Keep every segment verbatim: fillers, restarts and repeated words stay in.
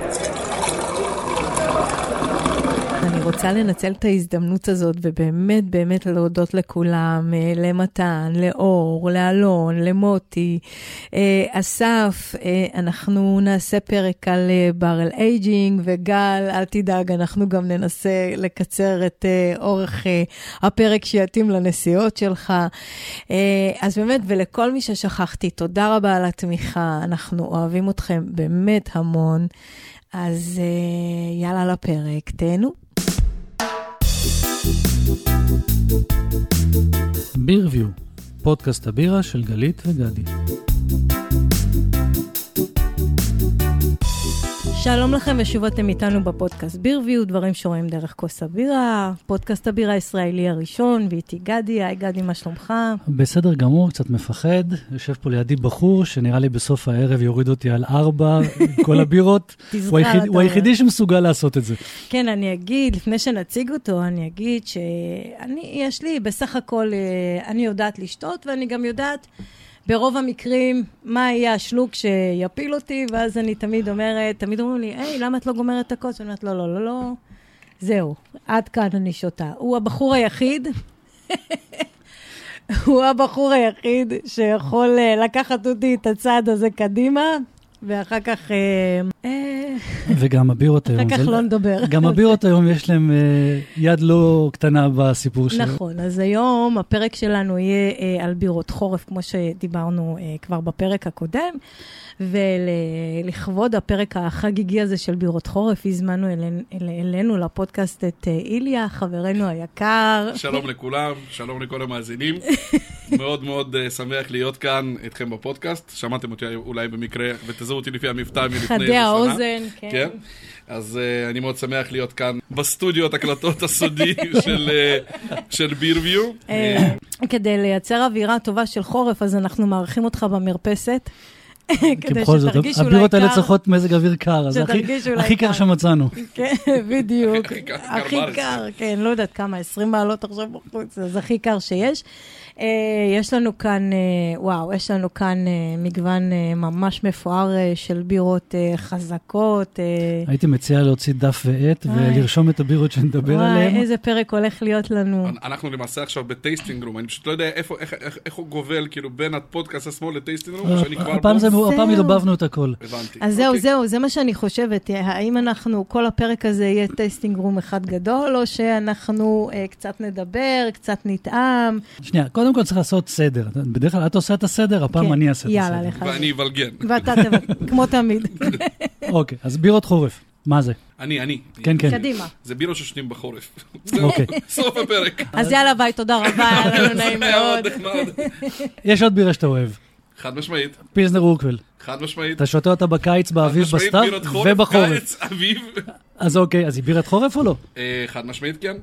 אני רוצה לנצל את ההזדמנות הזאת, ובאמת באמת להודות לכולם, למתן, לאור, לאלון, למוטי, אסף, אנחנו נעשה פרק על ברל אייג'ינג, וגל, אל תדאג, אנחנו גם ננסה לקצר את אורך הפרק שיתאים לנסיעות שלך. אז באמת, ולכל מי ששכחתי, תודה רבה על התמיכה, אנחנו אוהבים אתכם באמת המון, אז יאללה לפרק, תהנו. בירביו, פודקאסט הבירה של גלית וגדי. שלום לכם ושוב אתם איתנו בפודקאסט בירביו, דברים שרואים דרך כוס הבירה, פודקאסט הבירה הישראלי הראשון, ואיתי גדי. היי גדי, מה שלומך? בסדר גמור, קצת מפחד. יושב פה לידי בחור שנראה לי בסוף הערב יוריד אותי על ארבע, כל הבירות. הוא, היחיד, הוא היחידי שמסוגל לעשות את זה. כן, אני אגיד, לפני שנציג אותו, אני אגיד שאני, יש לי בסך הכל, אני יודעת לשתות, ואני גם יודעת ברוב המקרים, מה יהיה השלוק שיפיל אותי, ואז אני תמיד אומרת, תמיד אומרים לי, היי, למה את לא גומרת את הכוס? ואני אומרת, לא, לא, לא, לא, זהו, עד כאן אני שותה. הוא הבחור היחיד, הוא הבחור היחיד שיכול לקחת אותי את הצעד הזה קדימה, ואחר כך וגם הבירות היום, אחר כך לא נדבר. גם הבירות היום יש להם יד לא קטנה בסיפור שלהם. נכון, אז היום הפרק שלנו יהיה על בירות חורף, כמו שדיברנו כבר בפרק הקודם, ולכבוד הפרק החגיגי הזה של בירות חורף, הזמנו אלינו לפודקאסט את איליה, חברנו היקר. שלום לכולם, שלום לכל המאזינים. מאוד מאוד שמח להיות כאן איתכם בפודקאסט. שמעתם אותי אולי במקרה, ותזהו אותי לפי המבטא מלפני איזה שנה. חדי האוזן, כן. כן. אז uh, אני מאוד שמח להיות כאן בסטודיו הקלטות הסודי של, uh, של בירביו. Uh, כדי לייצר אווירה טובה של חורף, אז אנחנו מערכים אותך במרפסת. כדי שתרגיש אולי קר. הבירות האלה צריכות מזג אוויר קר, אז הכי קר שמצאנו. כן, בדיוק. הכי קר, כן, לא יודעת כמה, עשרים מעלות עכשיו בחוץ, אז הכי קר שיש. יש לנו כאן, וואו, יש לנו כאן מגוון ממש מפואר של בירות חזקות. הייתי מציעה להוציא דף ועט ולרשום את הבירות שנדבר עליהן. וואי, איזה פרק הולך להיות לנו. אנחנו למעשה עכשיו בטייסטינג רום, אני פשוט לא יודע איך הוא גובל כאילו בין הפודקאסט השמאל לטייסטינג רום, שאני כבר בו. הפעם הרבבנו את הכל. הבנתי. אז זהו, זהו, זה מה שאני חושבת. האם אנחנו, כל הפרק הזה יהיה טייסטינג רום אחד גדול, או שאנחנו קצת נדבר, קצת נטעם? שנייה, קודם כל צריך לעשות סדר. בדרך כלל את עושה את הסדר, הפעם אני אעשה את הסדר. יאללה, לך. ואני אבלגן. ואתה תבלגן, כמו תמיד. אוקיי, אז בירות חורף. מה זה? אני, אני. כן, כן. קדימה. זה בירות ששנים בחורף. אוקיי. סוף הפרק. אז יאללה, ביי, תודה רבה, היה לנו נעים מאוד. יש עוד בירה שאתה אוהב. חד משמעית. פילסנר אורקוול. חד משמעית. אתה שותה אותה בקיץ, באביב, בסתיו ובחורף. קיץ, אביב. אז אוקיי, אז היא בירת חורף או לא? חד משמעית, כן.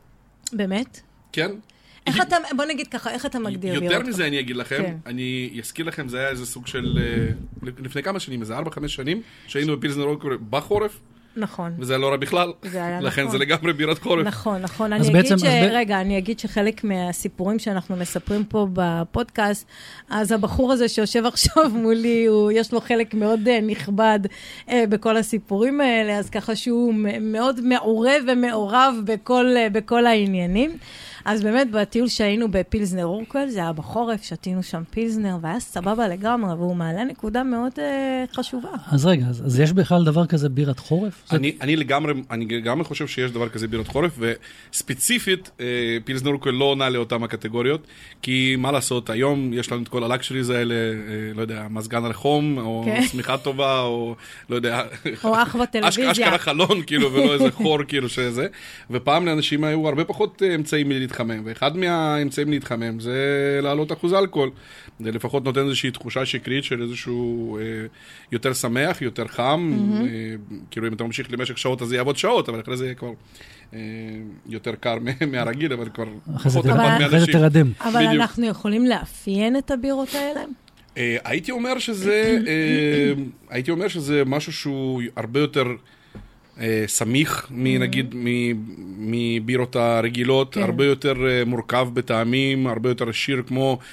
באמת? כן. איך אתה, בוא נגיד ככה, איך אתה מגדיר בירות? יותר מזה אני אגיד לכם, אני אזכיר לכם, זה היה איזה סוג של, לפני כמה שנים, איזה ארבע, חמש שנים, שהיינו בפילסנר אורקוול בחורף. נכון. וזה לא רע בכלל. לכן זה לגמרי בירת חורף. נכון, נכון. אני אגיד ש... רגע, אני אגיד שחלק מהסיפורים שאנחנו מספרים פה בפודקאסט, אז הבחור הזה שיושב עכשיו מולי, יש לו חלק מאוד נכבד בכל הסיפורים האלה, אז ככה שהוא מאוד מעורב ומעורב בכל העניינים. אז באמת, בטיול שהיינו בפילסנר אורקוול, זה היה בחורף, שתינו שם פילסנר, והיה סבבה לגמרי, והוא מעלה נקודה מאוד uh, חשובה. אז רגע, אז, אז יש בכלל דבר כזה בירת חורף? אני, אני לגמרי, אני לגמרי חושב שיש דבר כזה בירת חורף, וספציפית, uh, פילסנר אורקוול לא עונה לאותם הקטגוריות, כי מה לעשות, היום יש לנו את כל הלקשריז האלה, uh, לא יודע, מזגן על חום, או okay. שמיכה טובה, או לא יודע, או אח בטלוויזיה. אשכרה חלון, כאילו, ולא איזה חור, כאילו, שזה. ופעם לאנשים היו הרבה פחות אמצעים להתחמם, ואחד מהאמצעים להתחמם זה לעלות אחוז אלכוהול. זה לפחות נותן איזושהי תחושה שקרית של איזשהו אה, יותר שמח, יותר חם, mm-hmm. אה, כאילו אם אתה ממשיך למשך שעות אז זה יעבוד שעות, אבל אחרי זה יהיה כבר אה, יותר קר מהרגיל, אבל כבר פחות אחד מהאנשים. תרדם. אבל בדיוק. אנחנו יכולים לאפיין את הבירות האלה? אה, הייתי אומר שזה, אה, הייתי אומר שזה משהו שהוא הרבה יותר סמיך, נגיד, מבירות הרגילות, הרבה יותר מורכב בטעמים, הרבה יותר עשיר,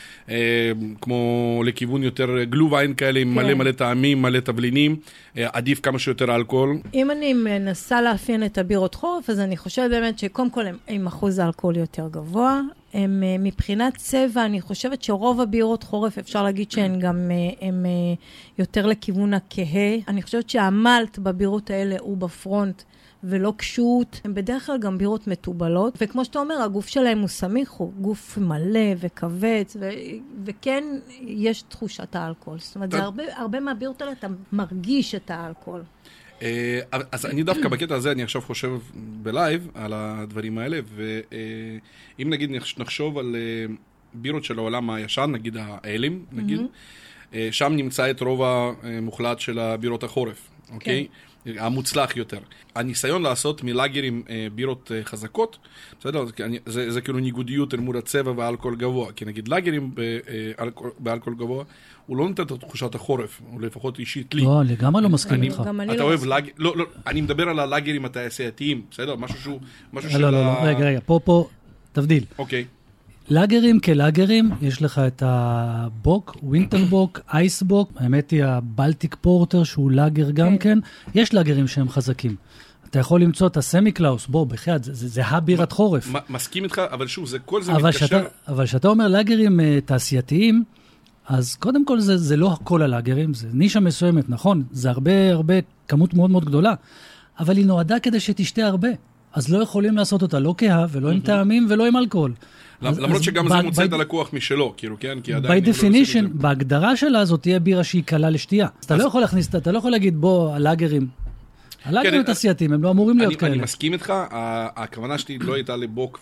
כמו לכיוון יותר גלוביין כאלה, עם מלא מלא טעמים, מלא תבלינים, עדיף כמה שיותר אלכוהול. אם אני מנסה לאפיין את הבירות חורף, אז אני חושבת באמת שקודם כל הם עם אחוז האלכוהול יותר גבוה, הם, מבחינת צבע, אני חושבת שרוב הבירות חורף, אפשר להגיד שהן גם הם יותר לכיוון הכהה. אני חושבת שהמלט בבירות האלה הוא בפרונט ולא קשות. הם בדרך כלל גם בירות מטובלות, וכמו שאתה אומר, הגוף שלהם הוא סמיך, הוא גוף מלא וכבץ, ו- וכן יש תחושת האלכוהול. זאת אומרת, זה הרבה, הרבה מהבירות האלה, אתה מרגיש את האלכוהול. אז אני דווקא בקטע הזה, אני עכשיו חושב בלייב על הדברים האלה, ואם נגיד נחשוב על בירות של העולם הישן, נגיד האלים, נגיד, שם נמצא את רוב המוחלט של הבירות החורף, אוקיי? המוצלח יותר. הניסיון לעשות מלאגרים בירות חזקות, בסדר? זה, זה כאילו ניגודיות אל מול הצבע והאלכוהול גבוה, כי נגיד לאגרים באלכוהול גבוה, הוא לא נותן את תחושת החורף, הוא לפחות אישית לי. לא, לגמרי לא מסכים איתך. אתה אוהב לאגר, לא, לא, אני מדבר על הלאגרים התעשייתיים, בסדר? משהו שהוא, משהו של... לא, לא, לא, רגע, רגע, פה, פה, תבדיל. אוקיי. לאגרים כלאגרים, יש לך את הבוק, ווינטרבוק, אייסבוק, האמת היא הבלטיק פורטר שהוא לאגר גם כן, יש לאגרים שהם חזקים. אתה יכול למצוא את הסמי קלאוס, בוא, בחייאת, זה, זה, זה הבירת חורף. מסכים איתך, אבל שוב, זה, כל זה אבל מתקשר... שאתה, אבל שאתה אומר לאגרים uh, תעשייתיים, אז קודם כל זה, זה לא כל הלאגרים, זה נישה מסוימת, נכון? זה הרבה, הרבה, כמות מאוד מאוד גדולה, אבל היא נועדה כדי שתשתה הרבה. אז לא יכולים לעשות אותה לא כהה, ולא עם טעמים, ולא עם אלכוהול. למרות שגם זה מוצא את הלקוח משלו, כאילו, כן? by definition, בהגדרה שלה הזאת תהיה בירה שהיא קלה לשתייה. אז אתה לא יכול להכניס, אתה לא יכול להגיד, בוא, הלאגרים, הלאגרים תעשייתיים, הם לא אמורים להיות כאלה. אני מסכים איתך, הכוונה שלי לא הייתה לבוק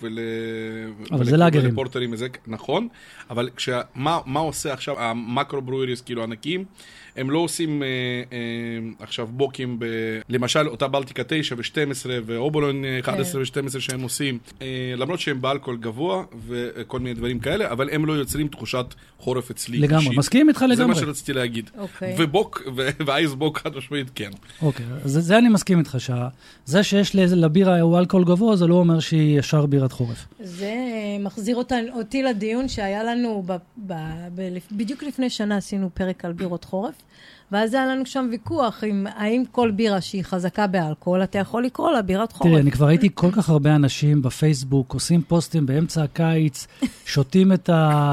ולפורטרים, נכון, אבל מה עושה עכשיו המקרו ברויריס, כאילו ענקים, הם לא עושים עכשיו בוקים, למשל אותה בלטיקה תשע ו-שתים עשרה ואובולון אחת עשרה ו-שתים עשרה שהם עושים, למרות שהם באלכוהול גבוה וכל מיני דברים כאלה, אבל הם לא יוצרים תחושת חורף אצלי. לגמרי, מסכים איתך לגמרי. זה מה שרציתי להגיד. ובוק ואייס בוק חד משמעית כן. אוקיי, אז זה אני מסכים איתך, שזה שיש לבירה הוא אלכוהול גבוה, זה לא אומר שהיא ישר בירת חורף. זה מחזיר אותי לדיון שהיה לנו, בדיוק לפני שנה עשינו פרק על בירות חורף, ואז היה לנו שם ויכוח עם האם כל בירה שהיא חזקה באלכוהול, אתה יכול לקרוא לה בירת חורף. תראי, אני כבר ראיתי כל כך הרבה אנשים בפייסבוק, עושים פוסטים באמצע הקיץ, שותים את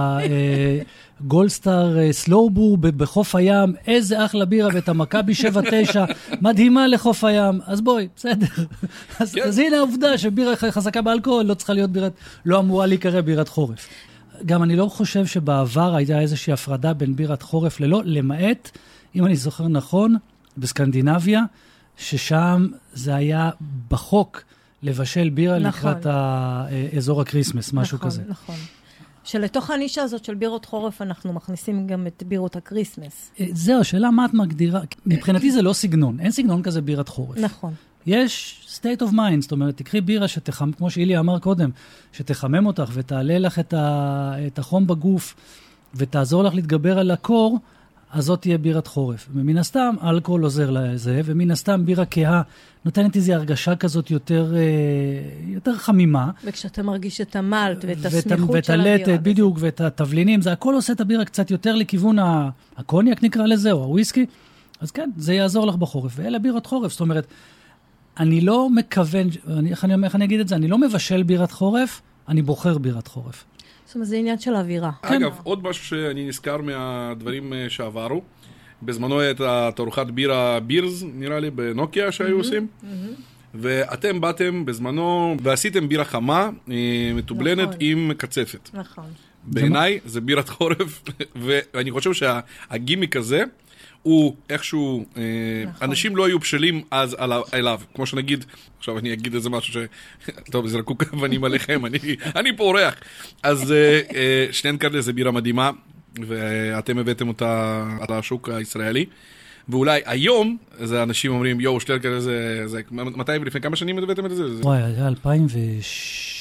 הגולדסטאר סלובו בחוף הים, איזה אחלה בירה, ואת המכבי שבע תשע, מדהימה לחוף הים, אז בואי, בסדר. אז, אז הנה העובדה שבירה חזקה באלכוהול לא צריכה להיות בירת, לא אמורה להיקרא בירת חורף. גם אני לא חושב שבעבר הייתה איזושהי הפרדה בין בירת חורף ללא, למעט, אם אני זוכר נכון, בסקנדינביה, ששם זה היה בחוק לבשל בירה נכון. לקראת האזור הקריסמס, משהו נכון, כזה. נכון, נכון. שלתוך הנישה הזאת של בירות חורף אנחנו מכניסים גם את בירות הקריסמס. זהו, השאלה מה את מגדירה, מבחינתי זה לא סגנון, אין סגנון כזה בירת חורף. נכון. יש state of mind, זאת אומרת, תקחי בירה שתחמם, כמו שאילי אמר קודם, שתחמם אותך ותעלה לך את, ה, את החום בגוף, ותעזור לך להתגבר על הקור, אז זאת תהיה בירת חורף. ומן הסתם, אלכוהול עוזר לזה, ומן הסתם בירה כהה נותנת איזו הרגשה כזאת יותר, יותר חמימה. וכשאתה מרגיש את המלט ואת הסמיכות של הבירה. ואת הלטת, בדיוק, ואת התבלינים, זה הכל עושה את הבירה קצת יותר לכיוון הקוניאק נקרא לזה, או הוויסקי. אז כן, זה יעזור לך בחורף. ואלה בירת חורף, זאת אומרת, אני לא מכוון, איך אני אומר, איך אני אגיד את זה? אני לא מבשל בירת חורף, אני בוחר בירת חורף. זאת אומרת, זה עניין של אווירה. אגב, עוד משהו שאני נזכר מהדברים שעברו, בזמנו הייתה תערוכת בירה בירז, נראה לי, בנוקיה שהיו עושים, ואתם באתם בזמנו ועשיתם בירה חמה, מתובלנת עם קצפת. נכון. בעיניי זה בירת חורף, ואני חושב שהגימיק הזה, הוא איכשהו, אנשים לא היו בשלים אז אליו, כמו שנגיד, עכשיו אני אגיד איזה משהו ש... טוב, זה רקוק אבנים עליכם, אני פה אורח. אז שטנקרלה זה בירה מדהימה, ואתם הבאתם אותה על השוק הישראלי, ואולי היום, זה אנשים אומרים, יואו, שטנקרלה זה... מתי ולפני כמה שנים הבאתם את זה? וואי, זה אלפיים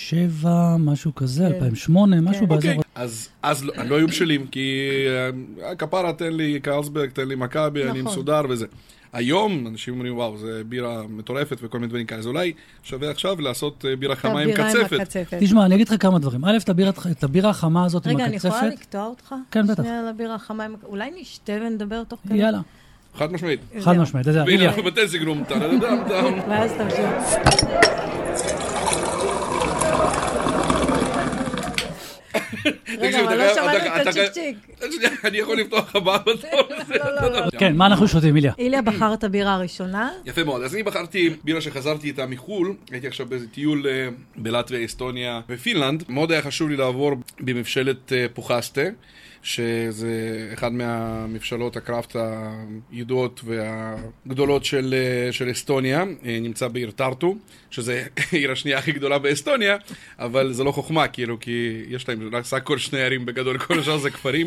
שבע, משהו כזה, אלפיים ושמונה, משהו באזור. אוקיי, אז אז לא היו בשלים, כי הכפרה תן לי קרלסברג, תן לי מכבי, אני מסודר וזה. היום אנשים אומרים, וואו, זה בירה מטורפת וכל מיני דברים כאלה. אז אולי שווה עכשיו לעשות בירה חמה עם קצפת. תשמע, אני אגיד לך כמה דברים. א', את הבירה החמה הזאת עם הקצפת. רגע, אני יכולה לקטוע אותך? כן, בטח. שנייה לבירה החמה עם... אולי נשתה ונדבר תוך כדי? יאללה. חד משמעית. חד משמעית. והנה, אנחנו בטסגרום. ואז תמשיך. רגע, אבל לא שמענו את הצ'יק צ'יק. אני יכול לפתוח הבא בתור. לא, לא, לא. כן, מה אנחנו שותים, איליה? איליה בחר את הבירה הראשונה. יפה מאוד. אז אני בחרתי בירה שחזרתי איתה מחול. הייתי עכשיו באיזה טיול בלטביה, אסטוניה ופינלנד. מאוד היה חשוב לי לעבור במבשלת פוחסטה, שזה אחד מהמבשלות הקראפט הידועות והגדולות של, של אסטוניה. נמצא בעיר טרטו, שזה העיר השנייה הכי גדולה באסטוניה, אבל זה לא חוכמה, כאילו, כי יש להם רק כל שני ערים בגדול, כל השאר זה כפרים.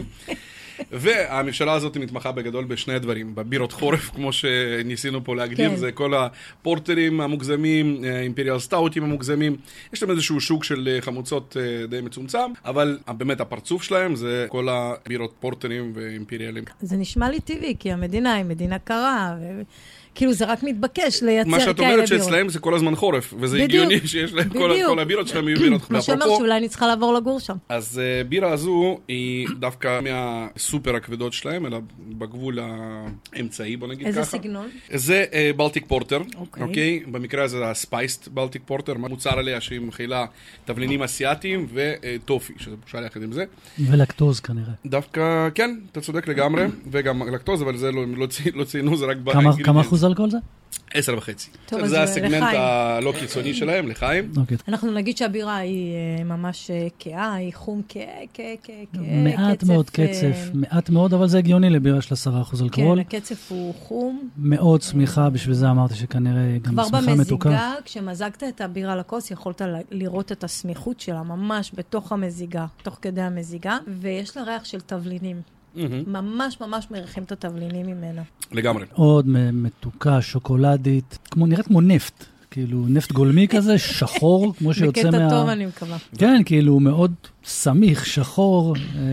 והממשלה הזאת מתמחה בגדול בשני דברים, בבירות חורף, כמו שניסינו פה להגדיר, זה כל הפורטרים המוגזמים, אימפריאל סטאוטים המוגזמים, יש להם איזשהו שוק של חמוצות די מצומצם, אבל באמת הפרצוף שלהם זה כל הבירות פורטרים ואימפריאלים. זה נשמע לי טבעי, כי המדינה היא מדינה קרה, ו... כאילו זה רק מתבקש לייצר כאלה בירות. מה שאת אומרת שאצלהם זה כל הזמן חורף, וזה הגיוני שיש להם כל הבירות שלהם יהיו בירות. מה שאומר שאולי אני צריכה לעבור לגור שם. אז בירה הזו היא דווקא מהסופר הכבדות שלהם, אלא בגבול האמצעי, בוא נגיד ככה. איזה סגנון? זה בלטיק פורטר, אוקיי? במקרה הזה זה הספייסט בלטיק פורטר, מוצר עליה שהיא מכילה תבלינים אסיאטיים וטופי, שזה בושה יחד עם זה. ולקטוז כנראה. דווקא, כן, אתה צודק לגמרי, וגם לקטוז, אבל זה לא ציינו, זה רק כמה אחוז אלכוהול זה? עשר וחצי. זה הסגמנט הלא קיצוני שלהם, לחיים. אנחנו נגיד שהבירה היא ממש כאה, היא חום כאה, כאה, כאה, כאה. מעט מאוד קצף, מעט מאוד, אבל זה הגיוני לבירה של עשרה אחוז אלכוהול. כן, הקצף הוא חום. מאוד צמיחה, בשביל זה אמרתי שכנראה גם צמיחה מתוקה. כבר במזיגה, כשמזגת את הבירה לכוס, יכולת לראות את הסמיכות שלה, ממש בתוך המזיגה, תוך כדי המזיגה, ויש לה ריח של תבלינים. ממש ממש מריחים את התבלינים ממנה. לגמרי. עוד מתוקה, שוקולדית, כמו, נראית כמו נפט, כאילו נפט גולמי כזה, שחור, כמו שיוצא מה... בקטע טוב אני מקווה. כן, כאילו מאוד סמיך, שחור.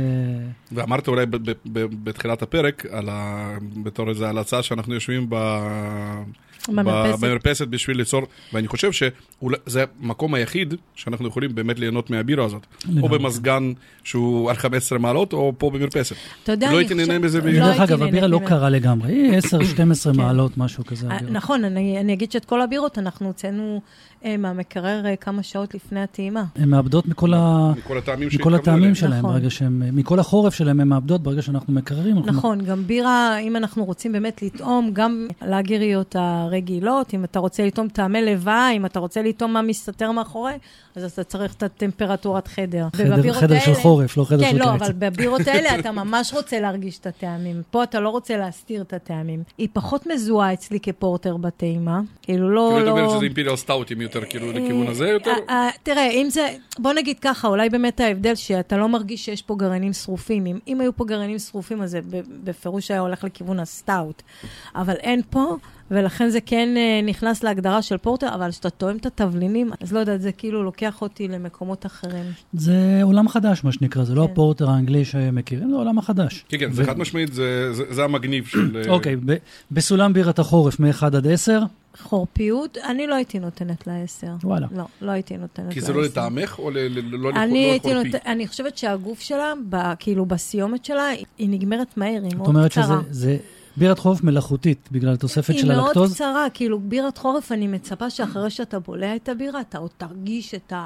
ואמרת אולי בתחילת הפרק, בתור איזו הלצה שאנחנו יושבים ב... במרפסת בשביל ליצור, ואני חושב שזה המקום היחיד שאנחנו יכולים באמת ליהנות מהבירה הזאת. או במסגן שהוא על חמש עשרה מעלות, או פה במרפסת. לא הייתי נהנה בזה בירה. דרך אגב, הבירה לא קרה לגמרי. היא עשר שתים עשרה מעלות, משהו כזה. נכון, אני אגיד שאת כל הבירות אנחנו הוצאנו מהמקרר כמה שעות לפני הטעימה. הן מאבדות מכל הטעמים שלהם, מכל החורף שלהם הן מאבדות ברגע שאנחנו מקררים. נכון, גם בירה, אם אנחנו רוצים באמת לטעום, גם לאגריות הרגילות, אם אתה רוצה לטעום טעמי לבה, אם אתה רוצה לטעום מה מסתתר מאחורי, אז אתה צריך את הטמפרטורת חדר. חדר של חורף, לא חדר של קיץ. כן, לא, קיץ. אבל בבירות האלה אתה ממש רוצה להרגיש את הטעמים. פה אתה לא רוצה להסתיר את הטעמים. היא פחות מזוהה אצלי כפורטר בטעימה. כאילו לא... כאילו אתה אומר שזה אימפריאל סטאוטים יותר, כאילו לכיוון הזה יותר? תראה, אם זה... בוא נגיד ככה, אולי באמת ההבדל שאתה לא מרגיש שיש פה גרעינים שרופים. אם היו פה גרעינים שרופים, אז זה בפירוש היה הולך לכיוון הסטאוט. אבל אין פה... ולכן זה כן נכנס להגדרה של פורטר, אבל שאתה טועם את התבלינים, אז לא יודעת, זה כאילו לוקח אותי למקומות אחרים. זה עולם חדש, מה שנקרא, זה לא הפורטר האנגלי שמכירים, זה עולם החדש. כן, כן, זה חד משמעית, זה המגניב של... אוקיי, בסולם בירת החורף, מ-אחד עד עשר? חורפיות, אני לא הייתי נותנת לה-עשר. וואלה. לא, לא הייתי נותנת לה-עשר. כי זה לא לטעמך או לא לחורפי? אני חושבת שהגוף שלה, כאילו בסיומת שלה, היא נגמרת מהר, היא מאוד קצרה. זאת אומרת שזה... בירת חורף מלאכותית, בגלל התוספת של הלקטוז? היא מאוד קצרה, כאילו בירת חורף, אני מצפה שאחרי שאתה בולע את הבירה, אתה עוד תרגיש את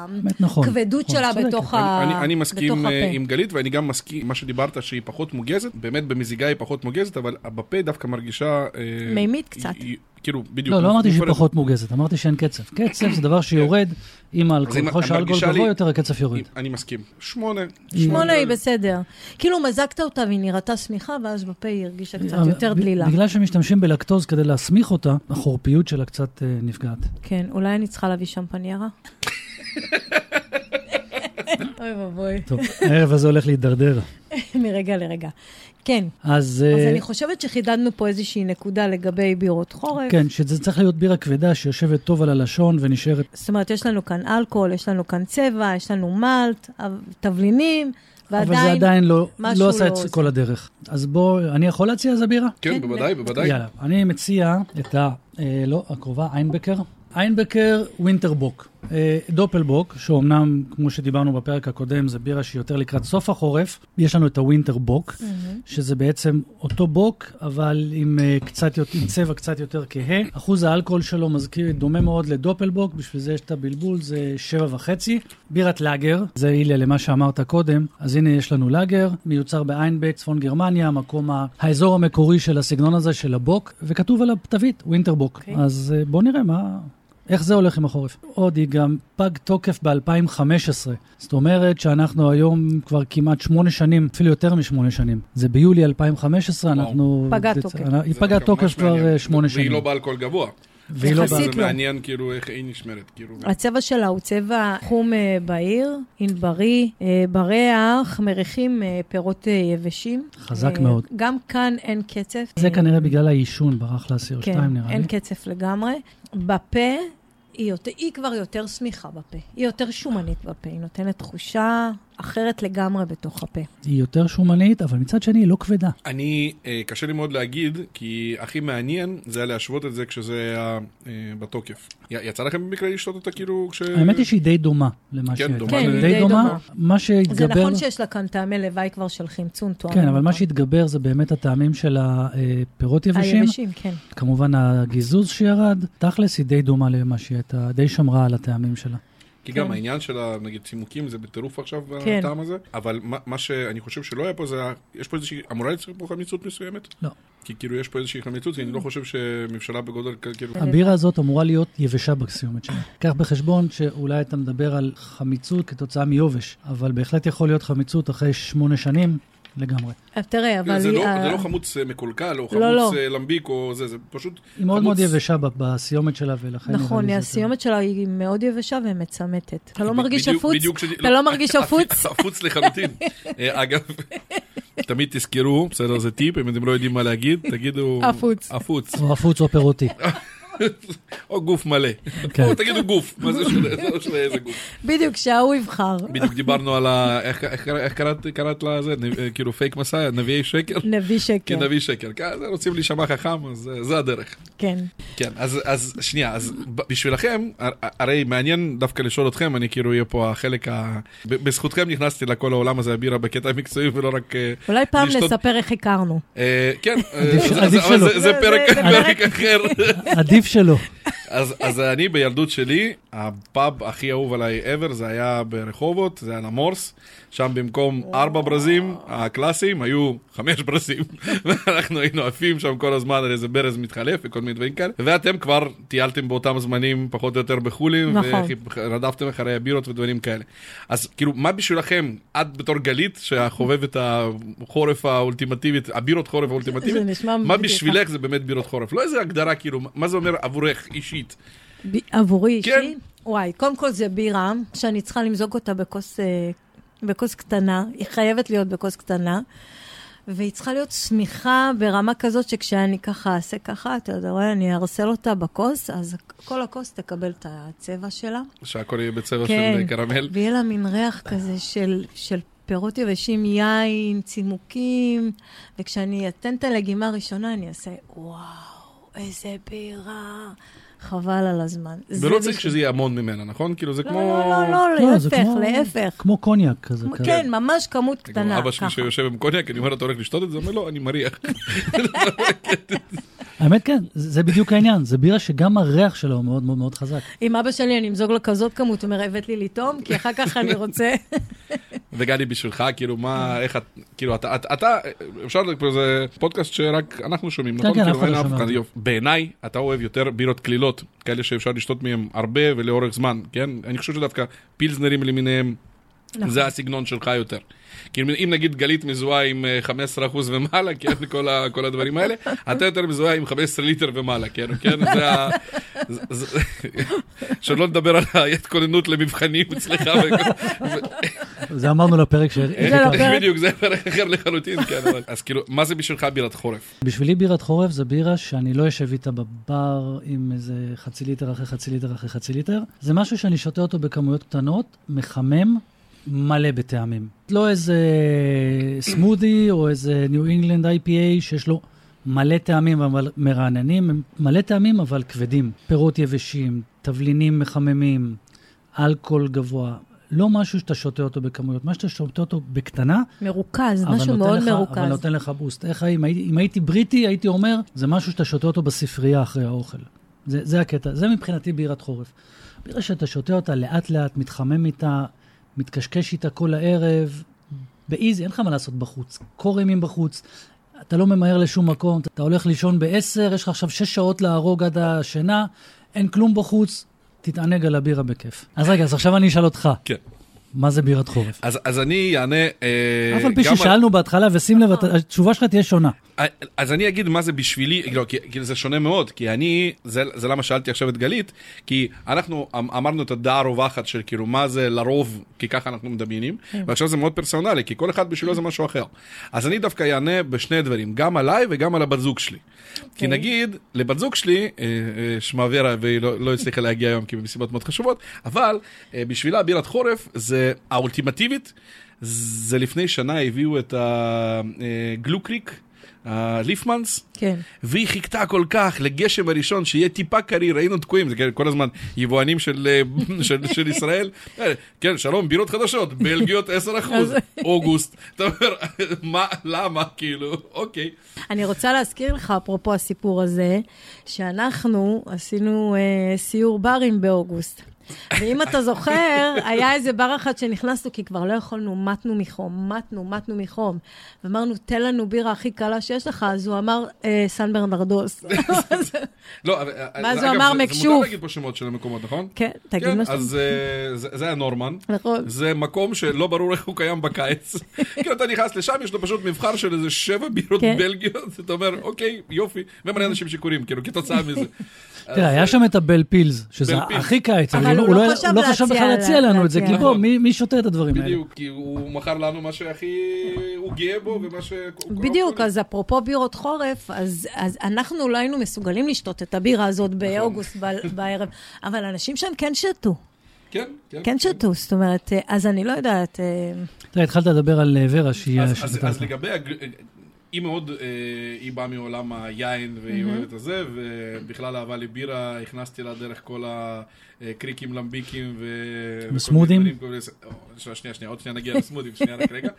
הכבדות שלה בתוך הפה. אני מסכים עם גלית, ואני גם מסכים, מה שדיברת שהיא פחות מוגזת, באמת במזיגה היא פחות מוגזת, אבל בפה דווקא מרגישה... מימית קצת. כאילו, בדיוק. לא, לא אמרתי שהיא פחות מוגזת, אמרתי שאין קצף. קצף זה דבר שיורד עם האלכוהול. ככל שהאלכוהול גבוה יותר, הקצף יורד. אני מסכים. שמונה. שמונה היא בסדר. כאילו מזגת אותה והיא נראתה סמיכה, ואז בפה היא הרגישה קצת יותר דלילה. בגלל שמשתמשים בלקטוז כדי להסמיך אותה, החורפיות שלה קצת נפגעת. כן, אולי אני צריכה להביא שמפניירה? אוי ובוי. טוב, הערב הזה הולך להידרדר. מרגע לרגע. כן. אז... אז אני חושבת שחידדנו פה איזושהי נקודה לגבי בירות חורף. כן, שזה צריך להיות בירה כבדה שיושבת טוב על הלשון ונשארת... זאת אומרת, יש לנו כאן אלכוהול, יש לנו כאן צבע, יש לנו מלט, תבלינים, ועדיין... אבל זה עדיין לא, לא עשה את כל הדרך. אז בוא, אני יכול להציע איזה בירה? כן, בוודאי, בוודאי. יאללה, אני מציע את ה... לא, הקרובה, איינבקר. איינבקר ווינטרבוק. דופלבוק, שאומנם, כמו שדיברנו בפרק הקודם, זה בירה שהיא יותר לקראת סוף החורף. יש לנו את הווינטרבוק, שזה בעצם אותו בוק, אבל עם, קצת, עם צבע קצת יותר כהה. אחוז האלכוהול שלו מזכיר, דומה מאוד לדופלבוק, בשביל זה יש את הבלבול, זה שבע וחצי. בירת לאגר, זה איליה למה שאמרת קודם. אז הנה יש לנו לאגר, מיוצר באיינבק, צפון גרמניה, מקום האזור המקורי של הסגנון הזה של הבוק, וכתוב עליו תווית, ווינטרבוק. Okay. אז בוא נראה מה... איך זה הולך עם החורף? עוד היא גם פג תוקף ב-אלפיים וחמש עשרה. זאת אומרת שאנחנו היום כבר כמעט שמונה שנים, אפילו יותר משמונה שנים. זה ביולי אלפיים וחמש עשרה, אנחנו... פגע תוקף. היא פגעה תוקף כבר שמונה שנים. והיא לא באלכוהול גבוה. והיא לא זה מעניין כאילו איך היא נשמרת. הצבע שלה הוא צבע חום בהיר, ענברי, בריח, מריחים פירות יבשים. חזק מאוד. גם כאן אין קצף. זה כנראה בגלל העישון, ברח לאסיר שתיים נראה לי. כן, אין קצף לגמרי. בפה, היא, יותר, היא כבר יותר סמיכה בפה. היא יותר שומנית בפה. היא נותנת תחושה אחרת לגמרי בתוך הפה. היא יותר שומנית, אבל מצד שני היא לא כבדה. אני, אה, קשה לי מאוד להגיד, כי הכי מעניין זה היה להשוות את זה כשזה היה אה, בתוקף. י, יצא לכם במקרה לשתות אותה כאילו כש... האמת היא שהיא די דומה למה כן, שהיא. דומה. כן, היא די דומה. מה שהתגבר... זה נכון שיש לה כאן טעמי לוואי כבר של חמצון. כן, אבל מה שהתגבר זה באמת הטעמים של הפירות יבשים. היבשים, כן. כמובן הגיזוז שירד, תכלס היא די דומה למה שהיא הייתה, די שמרה על הטעמים שלה. כי גם העניין של, נגיד, צימוקים זה בטירוף עכשיו בטעם הזה, אבל מה שאני חושב שלא היה פה זה, יש פה איזושהי, אמורה לצריך פה חמיצות מסוימת? לא. כי כאילו יש פה איזושהי חמיצות, ואני לא חושב שמבשלה בגודל כאילו... הבירה הזאת אמורה להיות יבשה בסיומת שלה. קח בחשבון שאולי אתה מדבר על חמיצות כתוצאה מיובש, אבל בהחלט יכול להיות חמיצות אחרי שמונה שנים, לגמרי. תראה, אבל... זה לא חמוץ מקולקל, או חמוץ למביק, או זה, זה פשוט... היא מאוד מאוד יבשה בסיומת שלה, ולכן... נכון, הסיומת שלה היא מאוד יבשה ומצמתת. אתה לא מרגיש אפוץ? אתה לא מרגיש אפוץ? אפוץ לחלוטין. אגב, תמיד תזכרו, בסדר, זה טיפ, אם אתם לא יודעים מה להגיד, תגידו... אפוץ. אפוץ. או אפוץ או פירותי. או גוף מלא. או תגידו גוף, מה זה שונה איזה גוף. בדיוק, שההוא יבחר. בדיוק דיברנו על ה... איך קראת לזה? כאילו פייק מסע, נביאי שקר? נביא שקר. כן, נביא שקר. רוצים להישמע חכם, אז זה הדרך. כן. כן, אז שנייה, אז בשבילכם, הרי מעניין דווקא לשאול אתכם, אני כאילו יהיה פה החלק ה... בזכותכם נכנסתי לכל העולם הזה, הבירה בקטע מקצועי ולא רק... אולי פעם נספר איך הכרנו. כן, זה פרק אחר. עדיף שלו. אז, אז אני בילדות שלי, הפאב הכי אהוב עליי ever, זה היה ברחובות, זה היה למורס, שם במקום ארבע ברזים הקלאסיים, היו חמש ברזים, ואנחנו היינו עפים שם כל הזמן על איזה ברז מתחלף וכל מיני דברים כאלה, ואתם כבר טיילתם באותם זמנים פחות או יותר בחולים, נכון. ורדפתם אחרי הבירות ודברים כאלה. אז כאילו, מה בשבילכם, את בתור גלית, שהחובב את החורף האולטימטיבית, הבירות חורף האולטימטיבית, מה בשבילך זה באמת בירות חורף? לא איזה הגדרה, כאילו, מה זה אומר עבורך אישית? עבורי אישי? וואי, קודם כל זה בירה, שאני צריכה למזוג אותה בכוס, בכוס קטנה, היא חייבת להיות בכוס קטנה, והיא צריכה להיות סמיכה ברמה כזאת שכשאני ככה אעשה ככה, אתה יודע, אני ארסל אותה בכוס, אז כל הכוס תקבל את הצבע שלה. שהכל יהיה בצבע כן, של קרמל. ויהיה לה מין ריח כזה של, של פירות יבשים, יין, צימוקים, וכשאני אתן את הלגימה הראשונה, אני אעשה, וואו, איזה בירה. חבל על הזמן. ולא צריך שזה יהיה המון ממנה, נכון? כאילו זה כמו... לא, לא, לא, להפך, להפך. כמו קוניאק כזה. כן, ממש כמות קטנה. אבא שלי שיושב עם קוניאק, אני אומר, אתה הולך לשתות את זה? אומר, לא, אני מריח. האמת כן, זה בדיוק העניין. זה בירה שגם הריח שלו הוא מאוד מאוד מאוד חזק. עם אבא שלי אני אמזוג לו כזאת כמות, הוא אומר, הבאת לי לטעום, כי אחר כך אני רוצה... וגדי בשבילך, כאילו מה, איך את, כאילו אתה, אתה, אפשר לדעת, זה פודקאסט שרק אנחנו שומעים, נכון? כן, אנחנו לא שומעים. בעיניי, אתה אוהב יותר בירות כלילות, כאלה שאפשר לשתות מהם הרבה ולאורך זמן, כן? אני חושב שדווקא פילסנרים למיניהם, זה הסגנון שלך יותר. כי אם נגיד גלית מזוהה עם חמישה עשר אחוז ומעלה, כן, כל, ה, כל הדברים האלה, אתה יותר מזוהה עם חמישה עשר ליטר ומעלה, כן, כן, זה ה... זה, שלא נדבר על ההתכוננות למבחנים אצלך. זה אמרנו לפרק ש... בדיוק, זה פרק אחר לחלוטין, כן. אז כאילו, מה זה בשבילך בירת חורף? בשבילי בירת חורף זה בירה שאני לא יושב איתה בבר עם איזה חצי ליטר אחרי חצי ליטר אחרי חצי ליטר. זה משהו שאני שותה אותו בכמויות קטנות, מחמם, מלא בטעמים. לא איזה סמודי או איזה ניו אינגלנד איי פי איי שיש לו מלא טעמים אבל מרעננים, מלא טעמים אבל כבדים. פירות יבשים, תבלינים מחממים, אלכוהול גבוה. לא משהו שאתה שותה אותו בכמויות, מה שאתה שותה אותו בקטנה. מרוכז, משהו מאוד לך, מרוכז. אבל נותן לך בוסט. איך, אם, הייתי, אם הייתי בריטי, הייתי אומר, זה משהו שאתה שותה אותו בספרייה אחרי האוכל. זה, זה הקטע. זה מבחינתי בירת חורף. בירה שאתה שותה אותה לאט לאט, מתחמם איתה, מתקשקש איתה כל הערב, באיזי, אין לך מה לעשות בחוץ. קור ימים בחוץ, אתה לא ממהר לשום מקום, אתה הולך לישון בעשר, יש לך עכשיו שש שעות להרוג עד השינה, אין כלום בחוץ, תתענג על הבירה בכיף. אז רגע, אז עכשיו אני אשאל אותך. כן. מה זה בירת חורף? אז, אז אני אענה... אף על פי ששאלנו בהתחלה, ושים לב, התשובה שלך תהיה שונה. אז אני אגיד מה זה בשבילי, לא, כי, כי זה שונה מאוד, כי אני, זה, זה למה שאלתי עכשיו את גלית, כי אנחנו אמרנו את הדעה הרווחת של כאילו מה זה לרוב, כי ככה אנחנו מדמיינים, ועכשיו זה מאוד פרסונלי, כי כל אחד בשבילו זה משהו אחר. אז אני דווקא יענה בשני דברים, גם עליי וגם על הבת זוג שלי. כי נגיד, לבת זוג שלי, שמה ורה, והיא לא, לא הצליחה להגיע היום, כי במסיבות מאוד חשובות, אבל בשבילה בירת חורף זה האולטימטיבית, זה לפני שנה הביאו את הגלוקריק, הליפמנס, כן. והיא חיכתה כל כך לגשם הראשון שיהיה טיפה קריר, היינו תקועים, זה כל הזמן יבואנים של, של, של ישראל, כן, שלום, בירות חדשות, בלגיות עשרה אחוז, אוגוסט, אתה אומר, מה, למה, כאילו, אוקיי. אני רוצה להזכיר לך, אפרופו הסיפור הזה, שאנחנו עשינו אה, סיור ברים באוגוסט. ואם אתה זוכר, היה איזה בר אחד שנכנסנו, כי כבר לא יכולנו, מתנו מחום, מתנו, מתנו מחום. ואמרנו, תן לנו בירה הכי קלה שיש לך, אז הוא אמר, סן ברנרדוס. לא, ואז הוא אמר מקשוף. זה מותר להגיד פה שמות של המקומות, נכון? כן, תגיד מה שאתה. אז זה היה נורמן. נכון. זה מקום שלא ברור איך הוא קיים בקיץ. כי אתה נכנס לשם, יש לו פשוט מבחר של איזה שבע בירות בלגיות, אתה אומר, אוקיי, יופי, ומלא אנשים שקוראים, כאילו, כתוצאה מזה. תראה, היה שם את הבל פילס, שזה הכי קיץ, אבל הוא לא חשב בכלל להציע לנו את זה, כי בוא, מי שותה את הדברים האלה? בדיוק, כי הוא מכר לנו מה שהכי הוא גאה בו, ומה ש... בדיוק, אז אפרופו בירות חורף, אז אנחנו לא היינו מסוגלים לשתות את הבירה הזאת באוגוסט בערב, אבל אנשים שם כן שתו. כן, כן. כן שתו, זאת אומרת, אז אני לא יודעת... תראה, התחלת לדבר על ורה שהיא... אז לגבי... היא מאוד, היא באה מעולם היין והיא אוהבת את זה, ובכלל אהבה לי בירה, הכנסתי לה דרך כל הקריקים, למביקים וסמודים. שנייה, שנייה, עוד שנייה נגיע לסמודים, שנייה רק רגע.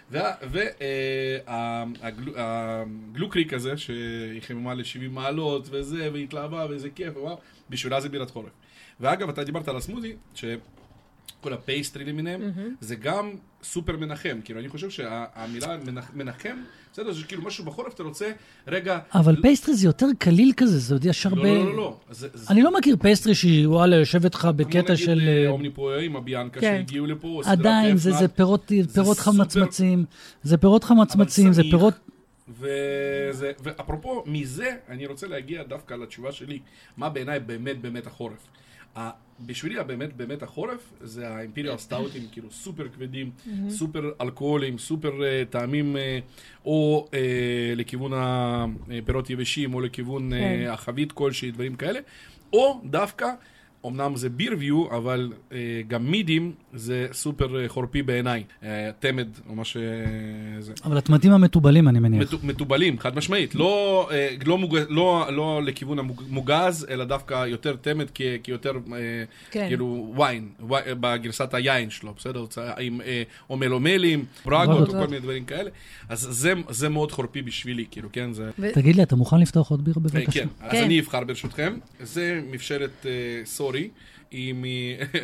והגלוקריק הזה, שהיא חיממה ל-שבעים מעלות וזה, והתלהבה וזה כיף, בשבילה זה בירת חורף. ואגב, אתה דיברת על הסמודי, ש... כל הפייסטרי למיניהם, זה גם סופר מנחם. כאילו, אני חושב שהמילה מנחם, בסדר, זה כאילו משהו בחורף, אתה רוצה, רגע... אבל פייסטרי זה יותר קליל כזה, זה עוד יש הרבה... לא, לא, לא. אני לא מכיר פייסטרי שהיא, וואלה, יושבת לך בקטע של... כמו נגיד אומניפואה עם הביאנקה שהגיעו לפה. עדיין, זה פירות חמצמצים, זה פירות חמצמצים, זה פירות... ואפרופו, מזה אני רוצה להגיע דווקא לתשובה שלי, מה בעיניי באמת באמת החורף. בשבילי באמת באמת החורף זה האימפריאל סטאוטים, כאילו סופר כבדים, סופר אלכוהולים, סופר טעמים או לכיוון הפירות יבשים או לכיוון החבית כלשהי, דברים כאלה, או דווקא אמנם זה בירביו, אבל uh, גם מידים זה סופר חורפי בעיניי. Uh, תמד, או מה שזה. אבל התמדים המטובלים, אני מניח. מט, מטובלים, חד משמעית. לא, uh, לא, מוג, לא, לא לכיוון המוגז, אלא דווקא יותר תמד, כי, כי יותר, uh, כן. כאילו, וויין, ווי, בגרסת היין שלו, בסדר? עם uh, או מלומלים, ברגות, או כל מיני דברים כאלה. אז זה, זה מאוד חורפי בשבילי, כאילו, כן? זה... תגיד לי, אתה מוכן לפתוח עוד בירה בבקשה? כן, אז אני אבחר ברשותכם. זה מבשלת uh, סול סורי, היא מ...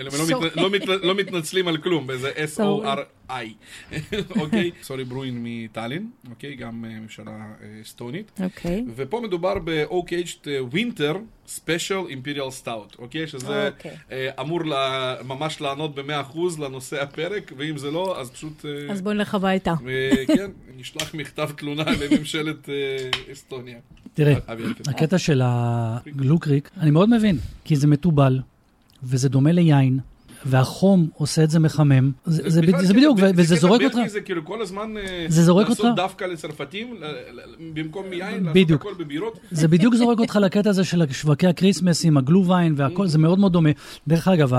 לא מתנצלים על כלום, באיזה אס או אר איי. אוקיי? סורי ברווין מטאלין, אוקיי? גם ממשלה אסטונית. אוקיי. ופה מדובר ב-Oak-Aged Winter Special Imperial Stout, אוקיי? שזה אמור ממש לענות ב-מאה אחוז לנושא הפרק, ואם זה לא, אז פשוט... אז בוא נלך הביתה. כן, נשלח מכתב תלונה לממשלת אסטוניה. תראה, הקטע של הגלוקריק, אני מאוד מבין, כי זה מטובל, וזה דומה ליין, והחום עושה את זה מחמם. זה בדיוק, וזה זורק אותך. זה כאילו כל הזמן לעשות דווקא לצרפתים, במקום מיין, לעשות הכל בבירות. זה בדיוק זורק אותך לקטע הזה של שווקי הקריסמס עם הגלווויין והכל, זה מאוד מאוד דומה. דרך אגב,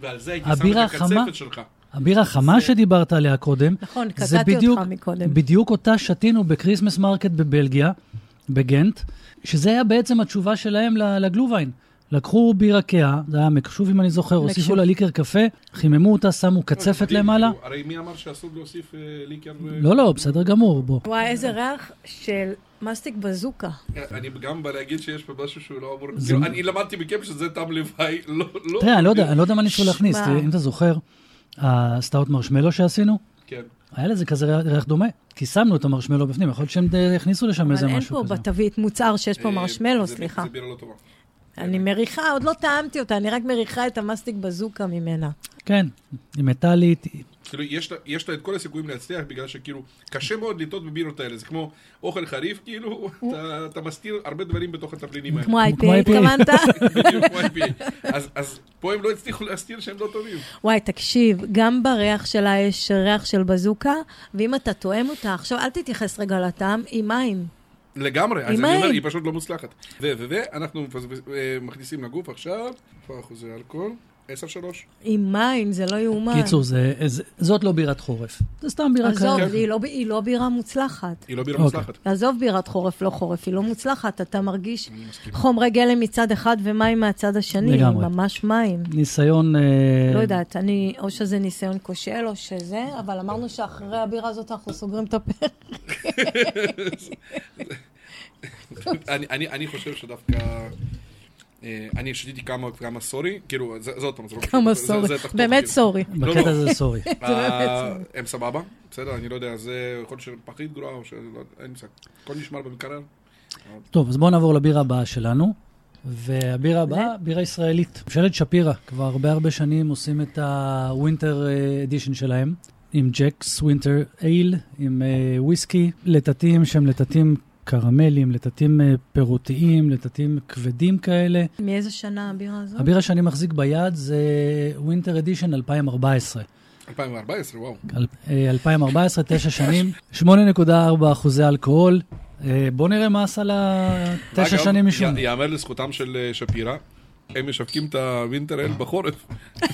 הבירה החמה, הבירה החמה שדיברת עליה קודם, נכון, קטעתי אותך מקודם. בדיוק אותה שתינו בקריסמס מרקט בבלגיה, בגנט, שזה היה בעצם התשובה שלהם לגלווויין. לקחו בירה קאה, זה היה מקשוב אם אני זוכר, הוסיפו לה ליקר קפה, חיממו אותה, שמו קצפת למעלה. הרי מי אמר שאסור להוסיף ליקר? לא, לא, בסדר גמור, בוא. וואי, איזה ריח של מסטיק בזוקה. אני גם בא להגיד שיש פה משהו שהוא לא אמור... אני למדתי מכם שזה טעם לוואי, לא... תראה, אני לא יודע מה ניסו להכניס, אם אתה זוכר, הסטאוט מרשמלו שעשינו, כן. היה לזה כזה ריח דומה, כי שמנו את המרשמלו בפנים, יכול להיות שהם הכניסו לשם איזה משהו כזה. אבל אין פה בתווית מוצר שיש פה מרשמלו, סליחה. זה בירה לא טובה. אני מריחה, עוד לא טעמתי אותה, אני רק מריחה את המסטיק בזוקה ממנה. כן, היא מטלית. כאילו, יש לה את כל הסיכויים להצליח, בגלל שכאילו, קשה מאוד לטעות בבירות האלה. זה כמו אוכל חריף, כאילו, אתה מסתיר הרבה דברים בתוך התבלינים האלה. כמו איי פי איי, התכוונת? בדיוק, כמו איי פי איי. אז פה הם לא הצליחו להסתיר שהם לא טובים. וואי, תקשיב, גם בריח שלה יש ריח של בזוקה, ואם אתה טועם אותה, עכשיו אל תתייחס רגע לטעם, עם מים. לגמרי, אז אני אומר, היא פשוט לא מוצלחת. ואנחנו מכניסים לגוף עכשיו, פה אחוזי אלכוהול, עשר שלוש. עם מים, זה לא יאומן. קיצור, זאת לא בירת חורף. זה סתם בירה קרה. עזוב, היא לא בירה מוצלחת. היא לא בירה מוצלחת. עזוב בירת חורף, לא חורף, היא לא מוצלחת. אתה מרגיש חומרי גלם מצד אחד ומים מהצד השני. לגמרי. ממש מים. ניסיון... לא יודעת, אני, או שזה ניסיון כושל או שזה, אבל אמרנו שאחרי הבירה הזאת אנחנו סוגרים את הפרק. אני, אני, אני חושב שדווקא, אני שתיתי כמה, כמה סורי, כאילו, זה עוד פעם, זה לא קשור. כמה סורי, באמת סורי. בקטע זה סורי. הם סבבה, בסדר, אני לא יודע, זה יכול להיות פחית גרועה, או אין מסק, הכל נשמר במקרר. טוב, אז בואו נעבור לבירה הבאה שלנו, והבירה הבאה, בירה ישראלית. ממשלת שפירא, כבר הרבה הרבה שנים עושים את הווינטר אדישן שלהם, עם ג'קס ווינטר אייל, עם וויסקי, לטטים שהם לטטים קרמלים, לטטים פירותיים, לטטים כבדים כאלה. מאיזה שנה הבירה הזאת? הבירה שאני מחזיק ביד זה ווינטר אדישן אלפיים וארבע עשרה. אלפיים וארבע עשרה, וואו. אלפיים וארבע עשרה, תשע שנים, שמונה נקודה ארבע אחוזי אלכוהול. בוא נראה מה עשה לתשע שנים משום. יאמר לזכותם של שפירא, הם משווקים את הווינטר אייל בחורף.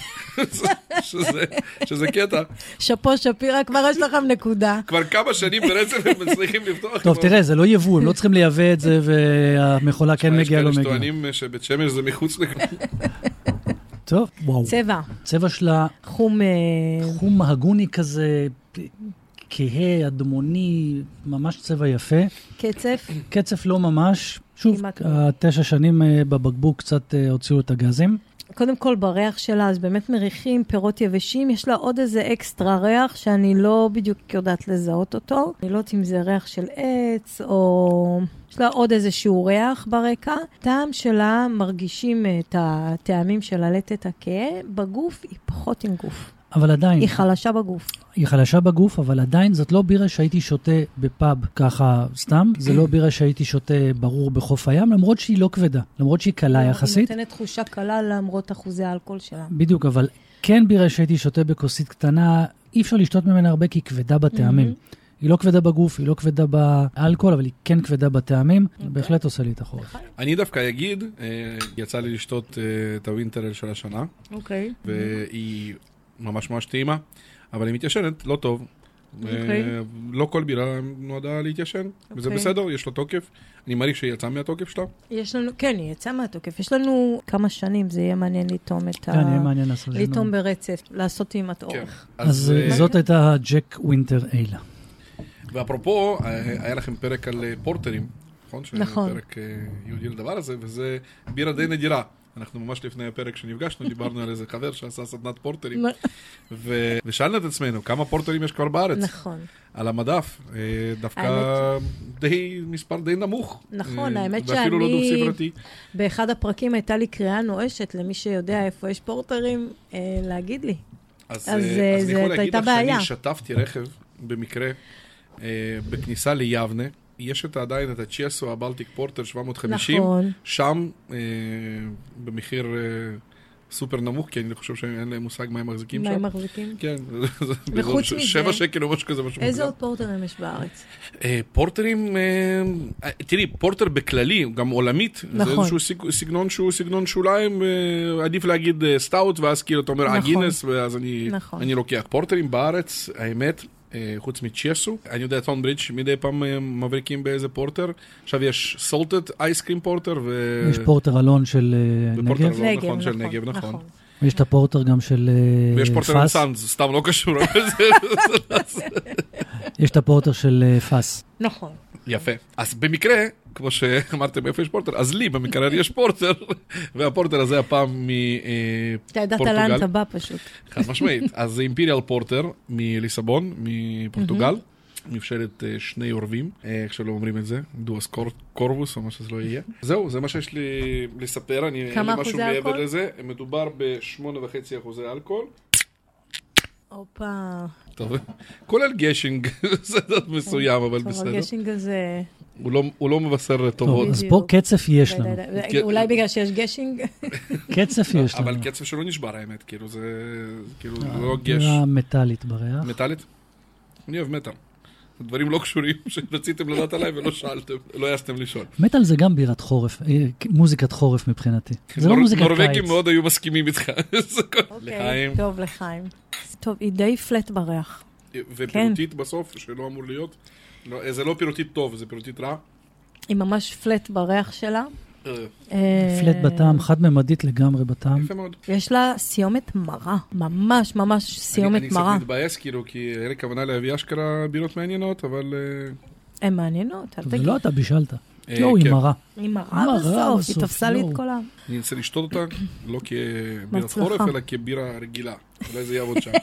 שזה קטע. שפו שפירא, כבר יש לכם נקודה. כבר כמה שנים ברצף הם מצליחים לפתוח. טוב, תראה, זה לא יבוא, הם לא צריכים לייבא את זה, והמכולה כן מגיעה, לא מגיעה. יש כאלה שטוענים שבית שמש זה מחוץ לכאן. טוב, וואו. צבע. צבע שלה... חום... חום מהגוני כזה, כהה, אדמוני, ממש צבע יפה. קצף? קצף לא ממש. שוב, התשע שנים בבקבוק קצת הוציאו את הגזים. קודם כל בריח שלה, אז באמת מריחים פירות יבשים, יש לה עוד איזה אקסטרה ריח שאני לא בדיוק יודעת לזהות אותו. אני לא יודעת אם זה ריח של עץ, או יש לה עוד איזשהו ריח ברקע. טעם שלה מרגישים את הטעמים של הלטת הקה, בגוף היא פחות עם גוף. אבל עדיין... היא חלשה בגוף. היא חלשה בגוף, אבל עדיין זאת לא בירה שהייתי שותה בפאב ככה סתם. זה לא בירה שהייתי שותה ברור בחוף הים, למרות שהיא לא כבדה, למרות שהיא קלה יחסית. היא נותנת תחושה קלה למרות אחוזי האלכוהול שלה. בדיוק, אבל כן בירה שהייתי שותה בכוסית קטנה, אי אפשר לשתות ממנה הרבה כי היא כבדה בטעמים. היא לא כבדה בגוף, היא לא כבדה באלכוהול, אבל היא כן כבדה בטעמים. בהחלט עושה לי את החורף. אני דווקא אגיד, יצא לי לשתות את הווינטר של השנה. אוקיי. והיא ממש ממש טעימה, אבל היא מתיישנת, לא טוב. Okay. לא כל בירה נועדה להתיישן, okay. וזה בסדר, יש לו תוקף. אני מעריך שהיא יצאה מהתוקף שלה. יש לנו, כן, היא יצאה מהתוקף. יש לנו כמה שנים, זה יהיה מעניין לטום את ה... כן, יהיה מעניין לעשות. לטום ברצף, לעשות עם התאורך. כן. אז, אז זאת הייתה ג'ק ווינטר איילה. ואפרופו, היה לכם פרק על פורטרים, נכון? נכון. פרק יהודי לדבר הזה, וזה בירה די נדירה. אנחנו ממש לפני הפרק שנפגשנו, דיברנו על איזה חבר שעשה סדנת פורטרים, ושאלנו את עצמנו, כמה פורטרים יש כבר בארץ? נכון. על המדף, דווקא די, מספר די נמוך. נכון, האמת ואפילו לא דו שאני, ספרתי. באחד הפרקים הייתה לי קריאה נואשת למי שיודע איפה יש פורטרים, להגיד לי. אז אז אני זה יכול להגיד הייתה לך בעיה. שאני שטפתי רכב במקרה, בכניסה ליבנה, יש את עדיין את הצ'יאסו, הבלטיק פורטר שבע מאות וחמישים, נכון. שם במחיר סופר נמוך, כי אני חושב שאין להם מושג מה הם מחזיקים שם. מה הם מחזיקים? כן, וחוץ מזה, שבע שקל או משהו כזה. איזה עוד פורטרים יש בארץ? פורטרים, תראי, פורטר בכללי, גם עולמית, זה איזשהו סגנון שהוא סגנון שוליים, עדיף להגיד סטאוט, ואז כאילו אתה אומר הגינס, ואז אני לוקח. פורטרים בארץ, האמת, חוץ מצ'יאסו, אני יודע, טונברידג' מדי פעם מבריקים באיזה פורטר, עכשיו יש סולטד אייסקרים פורטר, יש פורטר אלון של נגב, נכון, של נגב, נכון. ויש את הפורטר גם של פס. ויש פורטר סאנז, סתם לא קשור. יש את הפורטר של פס. נכון. יפה. אז במקרה, כמו שאמרתם איפה יש פורטר, אז לי במקרה יש פורטר, והפורטר הזה הפעם מפורטוגל. אתה ידעת לאן אתה בא פשוט. חד משמעית. אז זה אימפיריאל פורטר מליסבון, מפורטוגל. מבשלת שני עורבים, איך שלא אומרים את זה, דואס קורבוס או מה שזה לא יהיה. זהו, זה מה שיש לי לספר, אני אין לי משהו מעבר לזה. מדובר בשמונה וחצי אחוזי אלכוהול. אופה. טוב, כולל גשינג, זה דת מסוים, אבל בסדר. טוב, הגשינג הזה... הוא לא מבשר טובות. אז פה קצף יש לנו. אולי בגלל שיש גשינג? קצף יש לנו. אבל קצף שלא נשבר האמת, כאילו זה לא גש. בירה מטלית בריח. מטלית? אני אוהב מטל. דברים לא קשורים שרציתם לדעת עליי ולא שאלתם, לא יעשתם לשאול. מטל זה גם בירת חורף, מוזיקת חורף מבחינתי. זה לא מוזיקת קיץ. נורווגים מאוד היו מסכימים איתך. לחיים. טוב, לחיים. טוב, היא די פלט בריח. ופירוטית בסוף, שלא אמור להיות. זה לא פירוטית טוב, זה פירוטית רע. היא ממש פלט בריח שלה. פלט בטעם, חד-ממדית לגמרי בטעם. יפה מאוד. יש לה סיומת מרה, ממש ממש סיומת מרה. אני קצת מתבאס כאילו, כי אין לי כוונה להביא אשכרה בירות מעניינות, אבל... הן מעניינות, אל תגיד. לא, אתה בישלת. לא, היא מרה. היא מרה בסוף, היא תפסה לי את כולם. אני אנסה לשתות אותה, לא כבירת חורף, אלא כבירה רגילה. אולי זה יעבוד שם.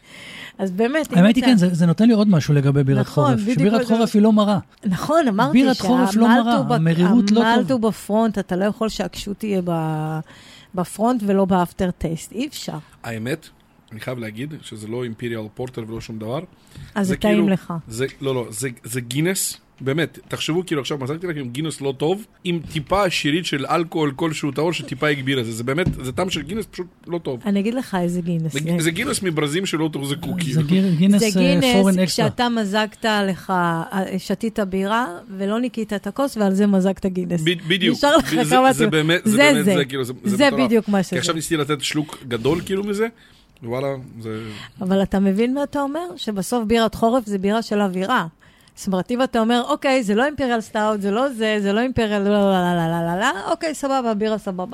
אז באמת... האמת היא כן, זה נותן לי עוד משהו לגבי בירת חורף. שבירת חורף היא לא מרה. נכון, אמרתי שהמלט הוא בפרונט, אתה לא יכול שהקשות תהיה בפרונט ולא באפטר טייסט. אי אפשר. האמת, אני חייב להגיד שזה לא אימפיריאל פורטר ולא שום דבר. אז זה טעים לך. לא, לא, זה גינס. באמת, תחשבו כאילו עכשיו, מזרקתי לכם גינוס לא טוב, עם טיפה עשירית של אלכוהול כלשהו טהור שטיפה יגביר את זה. זה באמת, זה טעם של גינוס פשוט לא טוב. אני אגיד לך איזה גינוס. זה גינוס מברזים שלא תוחזקו. זה גינוס פורן אקסטרה. כשאתה מזגת לך, שתית בירה, ולא ניקית את הכוס, ועל זה מזגת גינס. בדיוק. נשאר לך כמה... זה באמת, זה זה. זה בדיוק מה שזה. כי עכשיו ניסיתי לתת שלוק גדול כאילו מזה, וואלה, זה... אבל אתה מבין מה אתה אומר? שבסוף בירת חורף זה בירה של אווירה. סמרטיב אתה אומר, אוקיי, זה לא אימפריאל סטאוט, זה לא זה, זה לא אימפריאל, לא, לא, לא, לא, לא, לא, אוקיי, סבבה, בירה סבבה.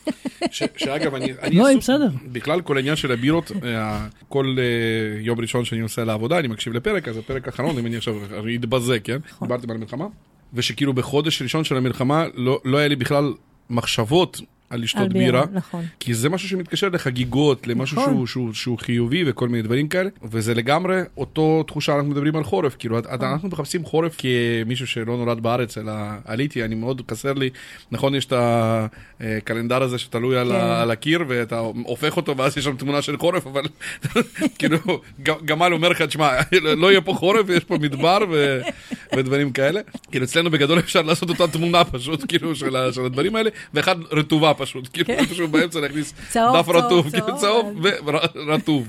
שאגב, אני... לא, היא בסדר. בכלל, כל העניין של הבירות, כל יום ראשון שאני עושה לעבודה, אני מקשיב לפרק, אז הפרק האחרון, אם אני עכשיו אתבזה, כן? דיברתי על המלחמה, ושכאילו בחודש ראשון של המלחמה, לא היה לי בכלל מחשבות על לשתות בירה, נכון. כי זה משהו שמתקשר לחגיגות, למשהו נכון. שהוא, שהוא, שהוא חיובי וכל מיני דברים כאלה, וזה לגמרי אותו תחושה, אנחנו מדברים על חורף, כאילו נכון. אנחנו מחפשים חורף כמישהו שלא נולד בארץ, אלא עליתי, אני מאוד קסר לי, נכון יש את הקלנדר הזה שתלוי על, כן. על הקיר, ואתה הופך אותו ואז יש שם תמונה של חורף, אבל כאילו, גמל אומר לך, תשמע, לא יהיה פה חורף, יש פה מדבר ו, ודברים כאלה, כאילו אצלנו בגדול אפשר לעשות אותה תמונה פשוט, כאילו של, של הדברים האלה, ואחד רטובה פשוט, כאילו פשוט באמצע להכניס דף רטוב, כאילו צהוב ורטוב.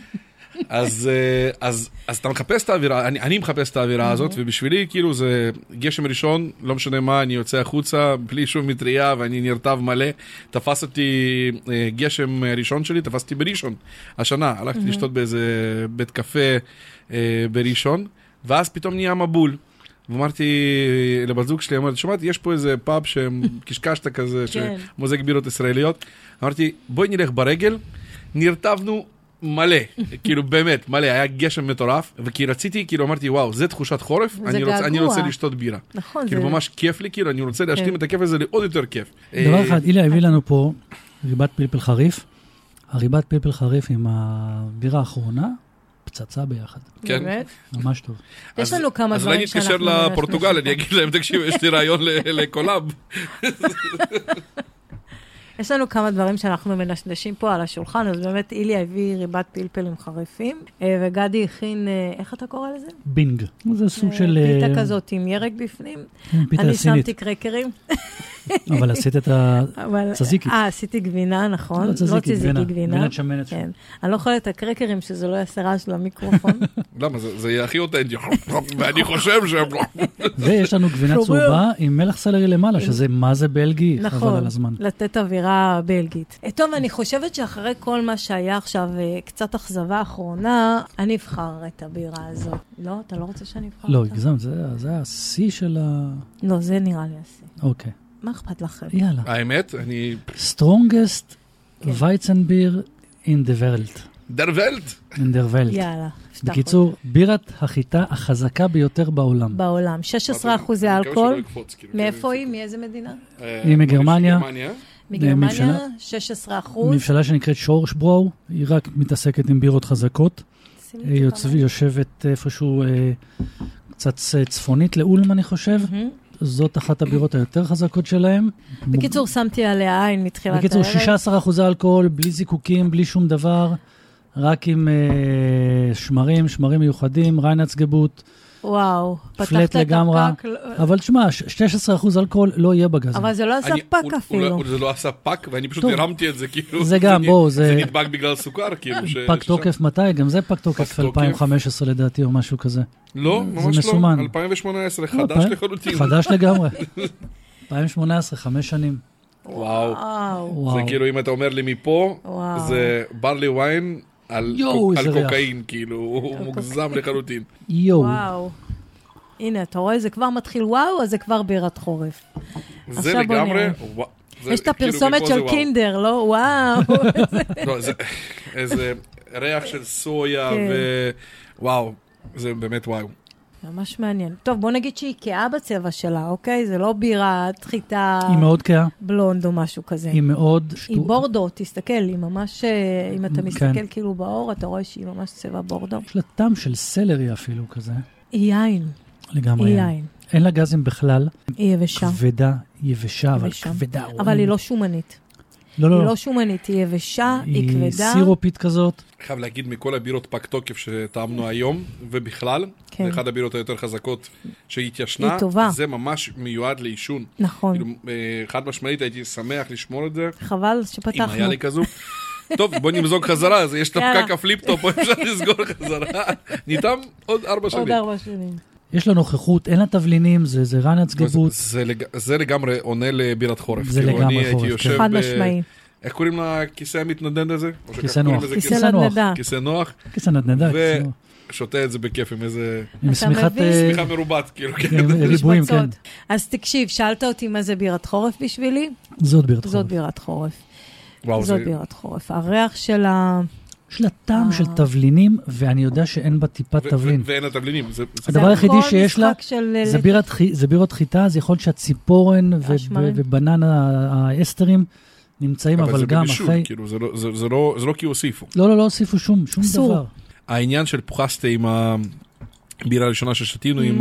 אז אתה מחפש את האווירה, אני מחפש את האווירה הזאת, ובשבילי כאילו זה גשם ראשון, לא משנה מה, אני יוצא החוצה בלי שום מטריה, ואני נרטב מלא. תפס אותי גשם ראשון שלי, תפסתי בראשון השנה, הלכתי לשתות באיזה בית קפה בראשון, ואז פתאום נהיה מבול. ואמרתי לבת זוג שלי, אמרתי, שומעת, יש פה איזה פאב שקשקשת כזה, שמוזג בירות ישראליות. אמרתי, בואי נלך ברגל, נרטבנו מלא, כאילו באמת, מלא, היה גשם מטורף, וכי רציתי, כאילו אמרתי, וואו, זה תחושת חורף, אני רוצה, אני רוצה לשתות בירה. נכון. כאילו ממש כיף לי, כאילו אני רוצה להשלים את הכיף הזה לעוד יותר כיף. דבר אחד, איליה הביא לנו פה ריבת פלפל חריף, הריבת פלפל חריף עם הבירה האחרונה, פצצה ביחד. כן. ממש טוב. יש לנו כמה דברים שאנחנו... אז אני אתקשר לפורטוגל, אני אגיד להם, תקשיב, יש לי רעיון לקולאב. יש לנו כמה דברים שאנחנו מנשנשים פה על השולחן, אז באמת איליה הביא ריבת פלפלים חריפים, וגדי הכין, איך אתה קורא לזה? בינג. זה סוג של... פיתה כזאת עם ירק בפנים. פיתה אני סינית. שמתי קרקרים. אבל עשית את הצזיקית. אה, עשיתי גבינה, נכון. לא צזיקית, גבינה. גבינה. גבינת שמנת. כן. אני לא יכולה את הקרקרים, שזה לא יעשה רעש למיקרופון. למה? זה יהיה הכי אותנטי. ואני חושב ש... ויש לנו גבינה צהובה עם מלח סלרי למעלה, שזה מה זה בלגי, חבל נכון, על הזמן. לתת אווירה בלגית. טוב, אני חושבת שאחרי כל מה שהיה עכשיו, קצת אכזבה אחרונה, אני אבחר את הבירה הזאת. לא, אתה לא רוצה שאני אבחר לא, אותה? הגזמת, זה השיא של ה... לא, זה נראה לי השיא. אוקיי. מה אכפת לכם? יאללה. האמת, אני... strongest Weizenbier in the world. דר ולט? in the world. יאללה. בקיצור, בירת החיטה החזקה ביותר בעולם. בעולם. שש עשרה אחוז אלכוהול. מאיפה היא? מאיזה מדינה? היא מגרמניה. מגרמניה, שש עשרה אחוז. מבשלה שנקראת שורשברו, היא רק מתעסקת עם בירות חזקות. היא יושבת איפשהו קצת צפונית לאולם, אני חושב. זאת אחת הבירות היותר חזקות שלהם. בקיצור, שמתי עליה עין מתחילת הערב. בקיצור, שישה עשר אחוז אלכוהול, בלי זיקוקים, בלי שום דבר, רק עם uh, שמרים, שמרים מיוחדים, ריינצגבוט. וואו, פלט לגמרי. אבל תשמע, שש עשרה אחוז אלכוהול לא יהיה בגז. אבל זה לא עשה פאק אפילו. זה לא עשה פאק, ואני פשוט הרמתי את זה, כאילו. זה גם, בואו, זה... זה נדבק בגלל סוכר, כאילו. פאק תוקף מתי? גם זה פאק תוקף אלפיים וחמש עשרה לדעתי, או משהו כזה. לא, ממש לא. אלפיים שמונה עשרה, חדש לחלוטין. חדש לגמרי. אלפיים שמונה עשרה, חמש שנים. וואו. זה כאילו, אם אתה אומר לי מפה, זה ברלי וויין על קוקאין, כאילו, הוא מוגזם לחלוטין. וואו. הנה, אתה רואה, זה כבר מתחיל וואו, אז זה כבר בירת חורף. זה לגמרי, יש את הפרסומת של קינדר, לא? וואו. לא, איזה ריח של סויה, ווואו, זה באמת וואו. ממש מעניין. טוב, בוא נגיד שהיא קאה בצבע שלה, אוקיי? זה לא בירת חיטה... היא מאוד קאה. בלונד או משהו כזה. היא מאוד... היא בורדו, תסתכל, היא ממש... אם אתה מסתכל כאילו באור, אתה רואה שהיא ממש צבע בורדו. יש לה טעם של סלרי אפילו כזה. היא יין. לגמרי היא יין. יין. אין לה גזים בכלל. היא יבשה. כבדה, יבשה, אבל כבדה. אבל היא לא שומנית. לא, לא. היא לא שומנית, היא יבשה, היא כבדה. היא סירופית כזאת. חייב להגיד, מכל הבירות פג תוקף שטעמנו היום, ובכלל, זה אחד הבירות היותר חזקות שהתיישנה. היא טובה. זה ממש מיועד לאישון. נכון. חד משמעית, הייתי שמח לשמור את זה. חבל שפתחנו. אם היה לי כזו. טוב, בוא נמזוג חזרה, אז יש את הפקק הפליפטופ, פה אפשר לסגור חזרה. ניתם עוד ארבע שנים. עוד ארבע שנים. יש לה נוכחות, אין לה תבלינים, זה, זה רנצגבות. זה, זה, זה לגמרי עונה לבירת חורף. זה לגמרי חורף. חד משמעי. איך קוראים לכיסא המתנדנד הזה? כיסא נוח. כיסא נדנדה. כיסא נוח. כיסא נדנדה. ושותה את זה בכיף עם איזה... עם שמיכת... שמיכה מרובת, כאילו. ריבועים, כן. אז תקשיב, שאלת אותי מה זה בירת חורף בשבילי? זאת בירת חורף. זאת בירת חורף. זאת בירת חורף. הריח של ה... יש לה טעם של תבלינים, ואני יודע שאין בה טיפת תבלין. ואין התבלינים. הדבר היחידי שיש לה, זה בירות חיטה, זה יכול שהציפורן ובננה האסטרים נמצאים, אבל גם אחרי... זה לא כי הוסיפו. לא, לא, לא הוסיפו שום דבר. העניין של פוחסטה עם הבירה הראשונה ששתינו, עם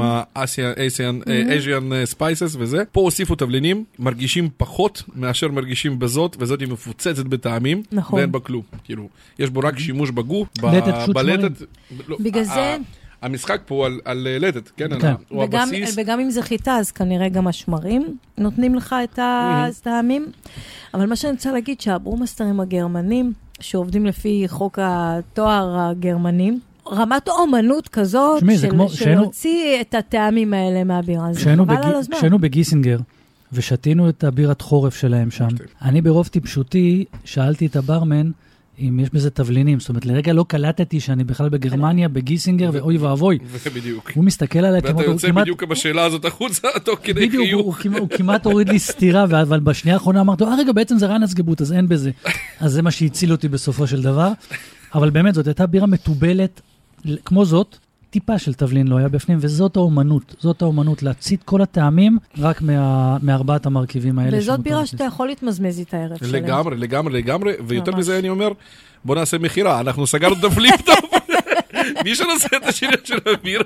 ה-Asian Spices וזה, פה הוסיפו תבלינים, מרגישים פחות מאשר מרגישים בזאת, וזאת היא מפוצצת בטעמים, ואין בה כלום. כאילו, יש בו רק שימוש בגוף, בלטת. בגלל זה... המשחק פה על לטת, כן? וגם אם זה חיטה, אז כנראה גם השמרים נותנים לך את הטעמים. אבל מה שאני רוצה להגיד, שהברומסטרים הגרמנים, שעובדים לפי חוק התואר הגרמנים, רמת אומנות כזאת, של להוציא את הטעמים האלה מהבירה. זה חבל על הזמן. כשהיינו בגיסינגר, ושתינו את הבירת חורף שלהם שם, אני ברוב טיפשותי שאלתי את הברמן, אם יש בזה תבלינים, זאת אומרת, לרגע לא קלטתי שאני בכלל בגרמניה, בגיסינגר, ואוי ואבוי. ובדיוק. הוא מסתכל עליי, ואתה יוצא בדיוק בשאלה הזאת החוצה, תוך כדי חיוך. בדיוק, הוא כמעט הוריד לי סתירה, אבל בשנייה האחרונה אמרתי, אה רגע, בעצם זה רנצגבות, אז אין בזה. אז זה מה שהציל אותי בסופו של דבר. אבל באמת, זאת הייתה בירה מטובלת, כמו זאת, טיפה של תבלין לא היה בפנים, וזאת האומנות, זאת האומנות, להצית כל הטעמים רק מה, מארבעת המרכיבים האלה. וזאת בירה שאתה יכול להתמזמז איתה הערב שלהם. לגמרי, לגמרי, לגמרי, ויותר מזה אני אומר, בוא נעשה מחירה, אנחנו סגרנו את הפליפ טוב. מי שנעשה את השירות של הבירה?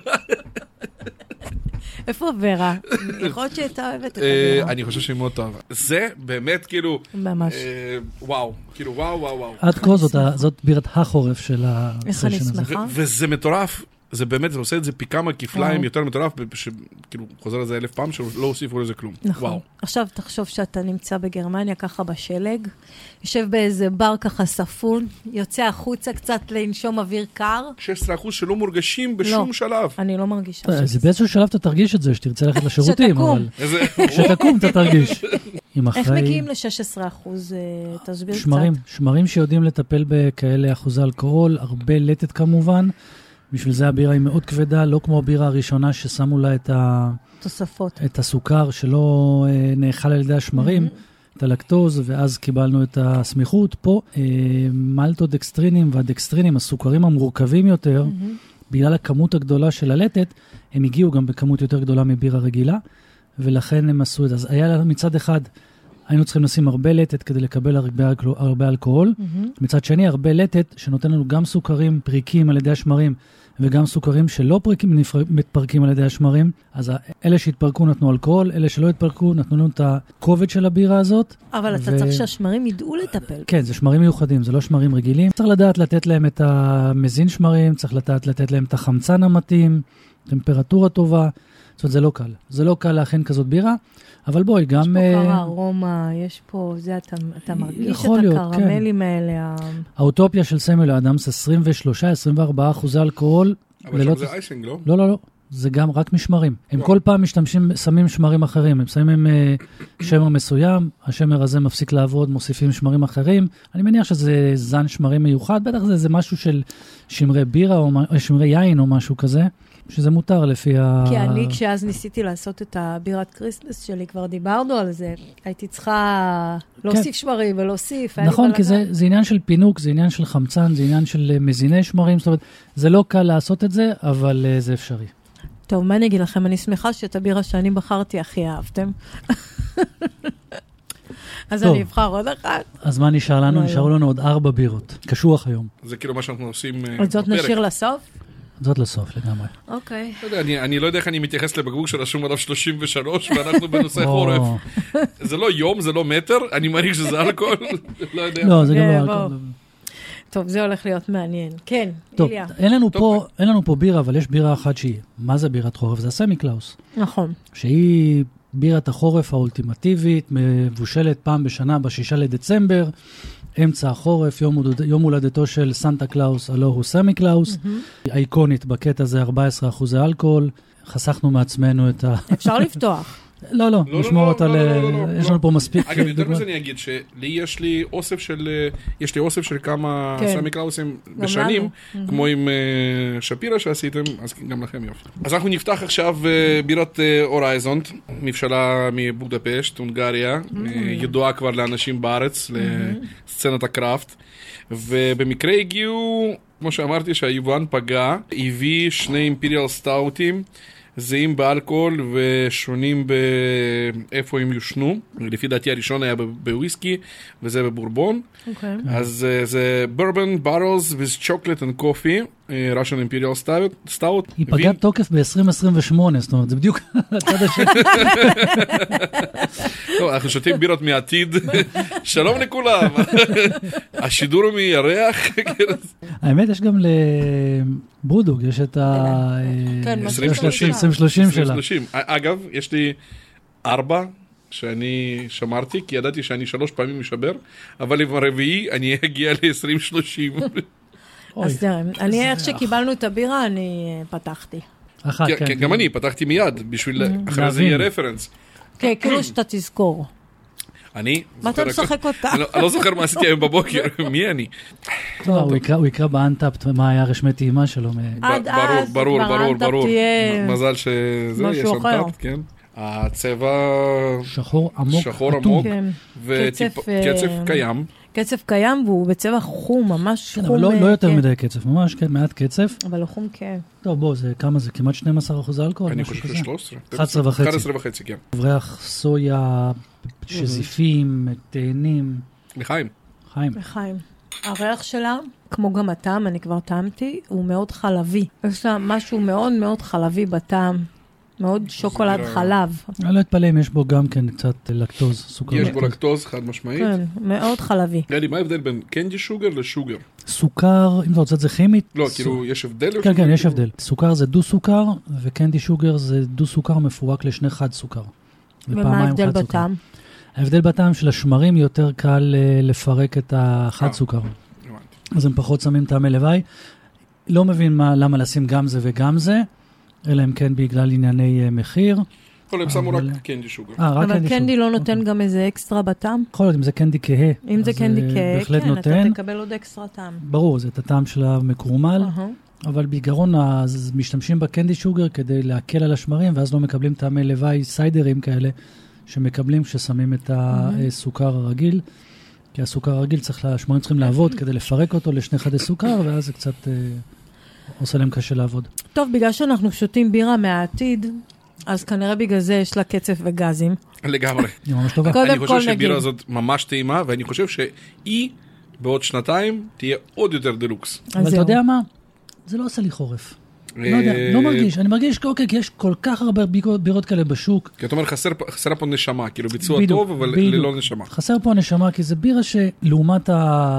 איפה ורה? יכול להיות שהייתה אוהבת את הבירה. אני חושב שהיא מאוד טובה. זה באמת כאילו... ממש. וואו, כאילו וואו, וואו, וואו. עד כה זאת בירת החורף של איך אני שמחה. וזה מטורף. זה באמת, זה עושה את זה פי כמה כפליים יותר מטורף, שכאילו חוזר לזה אלף פעם, שלא הוסיפו לזה כלום. נכון. עכשיו תחשוב שאתה נמצא בגרמניה ככה בשלג, יושב באיזה בר ככה ספון, יוצא החוצה קצת לנשום אוויר קר. שש עשרה אחוז שלא מורגשים בשום שלב. אני לא מרגישה. זה באיזשהו שלב אתה תרגיש את זה, שתרצה ללכת לשירותים. שתקום. שתקום אתה תרגיש. איך מגיעים ל-שש עשרה אחוז? תסביר קצת. שמרים, שמרים שיודעים לטפל בכאלה אחוזי אלכוהול, הרבה לטט כמובן. בשביל זה הבירה היא מאוד כבדה, לא כמו הבירה הראשונה ששמו לה את, ה... תוספות. את הסוכר שלא אה, נאכל על ידי השמרים, mm-hmm. את הלקטוז, ואז קיבלנו את הסמיכות. פה אה, מלטודקסטרינים והדקסטרינים, הסוכרים המורכבים יותר, mm-hmm. בגלל הכמות הגדולה של הלטת, הם הגיעו גם בכמות יותר גדולה מבירה רגילה, ולכן הם עשו את זה. אז היה מצד אחד, היינו צריכים לשים הרבה לטת כדי לקבל הרבה, הרבה אלכוהול. Mm-hmm. מצד שני, הרבה לטת שנותן לנו גם סוכרים פריקים על ידי השמרים, וגם סוכרים שלא פריקים מתפרקים על ידי השמרים. אז אלה שהתפרקו נתנו אלכוהול, אלה שלא התפרקו נתנו לנו את הכובד של הבירה הזאת. אבל ו... אתה צריך שהשמרים ידעו לטפל. כן, זה שמרים מיוחדים, זה לא שמרים רגילים. צריך לדעת לתת להם את המזין שמרים, צריך לדעת לתת להם את החמצן המתאים, טמפרטורה טובה. זאת אומרת, זה לא קל. זה לא קל להכין כזאת בירה. אבל בואי, גם... יש פה קרה, ארומה, יש פה, זה, אתה, אתה מרגיש את הקרמלים האלה. האוטופיה של סמואל אדמס, עשרים ושלושה עד עשרים וארבעה אחוזי אלכוהול. אבל שם זה אייסינג, לא? לא, לא, לא. זה גם רק משמרים. הם כל פעם משתמשים, שמים שמרים אחרים. הם שמים שמר מסוים, השמר הזה מפסיק לעבוד, מוסיפים שמרים אחרים. אני מניח שזה זן שמרים מיוחד, בטח זה, זה משהו של שמרי בירה או שמרי יין או משהו כזה. שזה מותר לפי ה... כי אני, כשאז ניסיתי לעשות את הבירת קריסמס שלי, כבר דיברנו על זה, הייתי צריכה להוסיף שמרים ולהוסיף. נכון, כי זה, זה עניין של פינוק, זה עניין של חמצן, זה עניין של מזיני שמרים, זאת אומרת, זה לא קל לעשות את זה, אבל זה אפשרי. טוב, מה אני אגיד לכם? אני שמחה שאת הבירה שאני בחרתי הכי אהבתם. אז אני אבחר עוד אחת. אז מה נשאר לנו? נשארו לנו עוד ארבע בירות. קשוח היום. זה כאילו מה שאנחנו עושים... עוד זאת נשאיר לסוף? זאת לסוף לגמרי. אוקיי. אני לא יודע איך אני מתייחס לבקבוק של השום עליו שלושים ושלוש, ואנחנו בנושא חורף. זה לא יום, זה לא מטר, אני מעריך שזה אלכוהול, לא יודע. לא, זה גם לא אלכוהול. טוב, זה הולך להיות מעניין. כן, איליה. טוב, אין לנו פה בירה, אבל יש בירה אחת שהיא. מה זה בירת חורף? זה הסמי קלאוס. נכון. שהיא בירת החורף האולטימטיבית, מבושלת פעם בשנה, בשישה לדצמבר, אמצע החורף, יום, יום הולדתו של סנטה קלאוס, הלא הוא סמי קלאוס, mm-hmm. אייקונית בקטע זה ארבעה עשר אחוז אלכוהול, חסכנו מעצמנו את ה... אפשר לפתוח. לא, לא, נשמור אותה, יש לנו פה מספיק. אגב, יותר מזה אני אגיד שלי יש לי אוסף של, יש לי אוסף של כמה סמי קלאוסים בשנים, כמו עם שפירה שעשיתם, אז גם לכם יופי. אז אנחנו נפתח עכשיו בירת אורייזונט, מבשלה מבודפשט, הונגריה, ידועה כבר לאנשים בארץ, לסצנת הקראפט, ובמקרה הגיעו, כמו שאמרתי, שהיבואן פגע, הביא שני אימפיריאל סטאוטים, זהים באלכוהול ושונים באיפה הם יושנו. לפי דעתי הראשון היה בוויסקי וזה בבורבון. אוקיי. אז זה bourbon barrels with chocolate and coffee, Russian Imperial Stout. היא פגעת תוקף ב-עשרים עשרים ושמונה, זאת אומרת, זה בדיוק הצד השני. טוב, אנחנו שותים בירות מעתיד. שלום לכולם. השידור הוא מירח. האמת, יש גם לברודוג, יש את ה... עשרים שלושים שלה. אגב, יש לי ארבע שאני שמרתי, כי ידעתי שאני שלוש פעמים משבר, אבל עם הרביעי אני אגיע ל-עשרים שלושים. אז תראה, אני איך שקיבלנו את הבירה, אני פתחתי. גם אני, פתחתי מיד, בשביל אחרי זה יהיה רפרנס. כן, כאילו שאתה תזכור. אני? מה אתה משחק אותה? אני לא זוכר מה עשיתי היום בבוקר, מי אני? הוא יקרא באנטאפט מה היה רשמי טעימה שלו. ברור, ברור, ברור, ברור. מזל שזה, יש אנטאפט, כן. הצבע שחור עמוק, שחור עמוק, וקצף קיים. קצף קיים והוא בצבע חום, ממש כן, חום. אבל לא, אה, לא יותר כן. מדי קצף, ממש כן, מעט קצף. אבל הוא חום כן. טוב, בוא, זה כמה זה? כמעט שנים עשר אחוז אלכוהול? אני משהו חושב כזה? ש-שלוש עשרה. אחת עשרה וחצי. אחת עשרה וחצי, כן. ריח סויה, שזיפים, תאנים. לחיים. חיים. לחיים. הריח שלה, כמו גם הטעם, אני כבר טעמתי, הוא מאוד חלבי. יש לה משהו מאוד מאוד חלבי בטעם. מאוד שוקולד נראה- חלב. אני לא אתפלא אם יש בו גם כן קצת לקטוז, סוכר. יש בו לקטוז. לקטוז חד משמעית. כן, מאוד חלבי. גדי, מה ההבדל בין קנדי שוגר לשוגר? סוכר, אם אתה רוצה את זה כימית. לא, סו- כאילו, יש הבדל? או כן, שזה כן, יש כאילו- הבדל. סוכר זה דו סוכר, וקנדי שוגר זה דו סוכר מפורק לשני חד סוכר. ומה ופעמיים ההבדל חד סוכר. בטעם? ההבדל בטעם של השמרים יותר קל אה, לפרק את החד אה. סוכר. הבנתי. אז הם פחות שמים טעמי לוואי. לא מבין מה, למה לשים גם זה וגם זה, אלא אם כן בגלל ענייני אה, מחיר. לא, הם שמו רק אבל- קנדי שוגר. אה, רק אבל קנדי שוגר. לא נותן אוקיי. גם איזה אקסטרה בטעם? יכול להיות אם זה קנדי כהה. אם זה אז, קנדי אה, כהה, בהחלט כן, אתה נותן. תקבל עוד אקסטרה טעם. ברור, זה את הטעם של המקורמל, אהה. אבל בעיקרון אז משתמשים בקנדי שוגר כדי להקל על השמרים, ואז לא מקבלים טעמי לוואי, סיידרים כאלה, שמקבלים כששמים את הסוכר הרגיל. כי הסוכר הרגיל, צריך, השמרים צריכים לעבוד כדי לפרק אותו לשני חדי סוכר, ואז זה קצת אה, עושה להם קשה לעבוד. טוב, בגלל שאנחנו שותים בירה מהעתיד, אז כנראה בגלל זה יש לה קצף וגזים. לגמרי. היא ממש טובה. קודם אני כל חושב נגיד. שהבירה הזאת ממש טעימה, ואני חושב שהיא בעוד שנתיים תהיה עוד יותר דלוקס. אז אבל אתה זהו. יודע מה? זה לא עושה לי חורף. לא יודע, לא מרגיש. אני מרגיש אוקיי, כי יש כל כך הרבה בירות- בירות כאלה בשוק. כי אתה אומר, חסר- חסרה פה נשמה, כאילו ביצוע בדיוק, טוב, אבל בדיוק. ללא נשמה. חסר פה נשמה, כי זה בירה שלעומת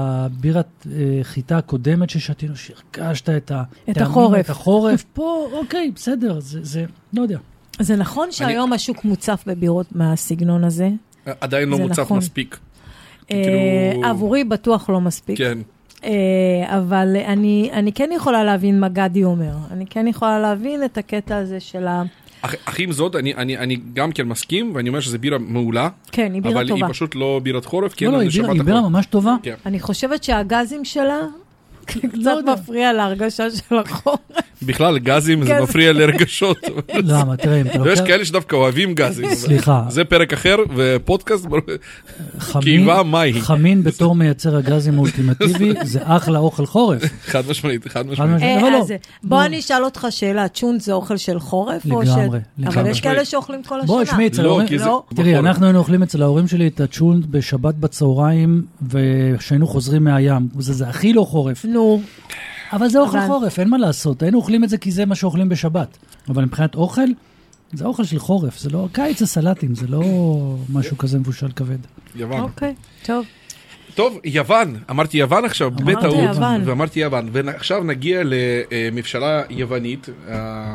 הבירת אה, חיטה הקודמת ששתינו, שהרגשת את ה- את טעמים, החורף. את החורף, פה, אוקיי, בסדר, זה, זה, לא יודע. זה נכון שהיום השוק מוצף בבירות מהסגנון הזה. עדיין לא זה מוצף נכון. מספיק. אה, כאילו- עבורי בטוח לא מספיק. כן. אה, אבל אני, אני כן יכולה להבין מה גדי אומר. אני כן יכולה להבין את הקטע הזה של ה... אך אך עם זאת, אני- אני אני גם כן מסכים, ואני אומר שזו בירה מעולה, כן, היא בירה אבל טובה. היא פשוט לא בירת חורף, כי לא, אין לא, לה היא בירה- נשמת היא בירה החורף. ממש טובה. כן. אני חושבת שהגזים שלה קצת יודע. מפריע להרגשה של החורף. בכלל, גזים זה גז. מפריע לרגשות. למה, תראה, אם אתה ויש לוקח כאלה שדווקא אוהבים גזים. סליחה. זה פרק אחר, ופודקאסט, חמין, קיבה מהי. חמין בתור מייצר הגזים האולטימטיבי, זה אחלה אוכל חורף. חד משמעית, חד חד משמעית. משמעית. אה, אבל לא. אז בוא אני אשאל אותך שאלה, צ'ונט זה אוכל של חורף? או לגמרי, של- לגמרי. אבל יש משמעית. כאלה שאוכלים כל השנה. בואי, שמי, אצל לא, ההורים... כי זה לא. תראי, בחורף. אנחנו היינו אוכלים אצל ההורים שלי את הצ'ולנט בשבת בצהריים, וכשהיינו חוזרים מהים. זה, זה הכי לא חורף. נו, אבל זה אוכל אבל- חורף, אין מה לעשות. היינו אוכלים את זה כי זה מה שאוכלים בשבת. אבל מבחינת אוכל, זה אוכל של חורף. זה לא... קיץ זה סלטים, זה לא משהו כזה מבושל כבד. יוון. אוקיי, טוב. טוב, יוון. אמרתי יוון עכשיו, אמרת בטעות. יוון. ואמרתי יוון. ועכשיו נגיע למבשלה יוונית. אה,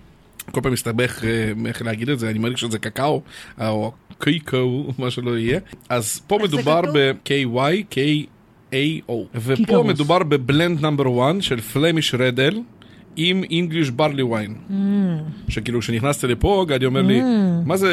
כל פעם מסתבך אה, איך להגיד את זה, אני מרגיש שזה קקאו, אה, או קיקו, מה שלא יהיה. אז פה איך זה מדובר כתוב? ב-קיי וואי, קיי איי או. ופה קיקרוס. מדובר בבלנד נאמבר אחת של פלמיש רדל. עם English barley wine. שכאילו כשנכנסתי לפה, גדי אומר לי, מה זה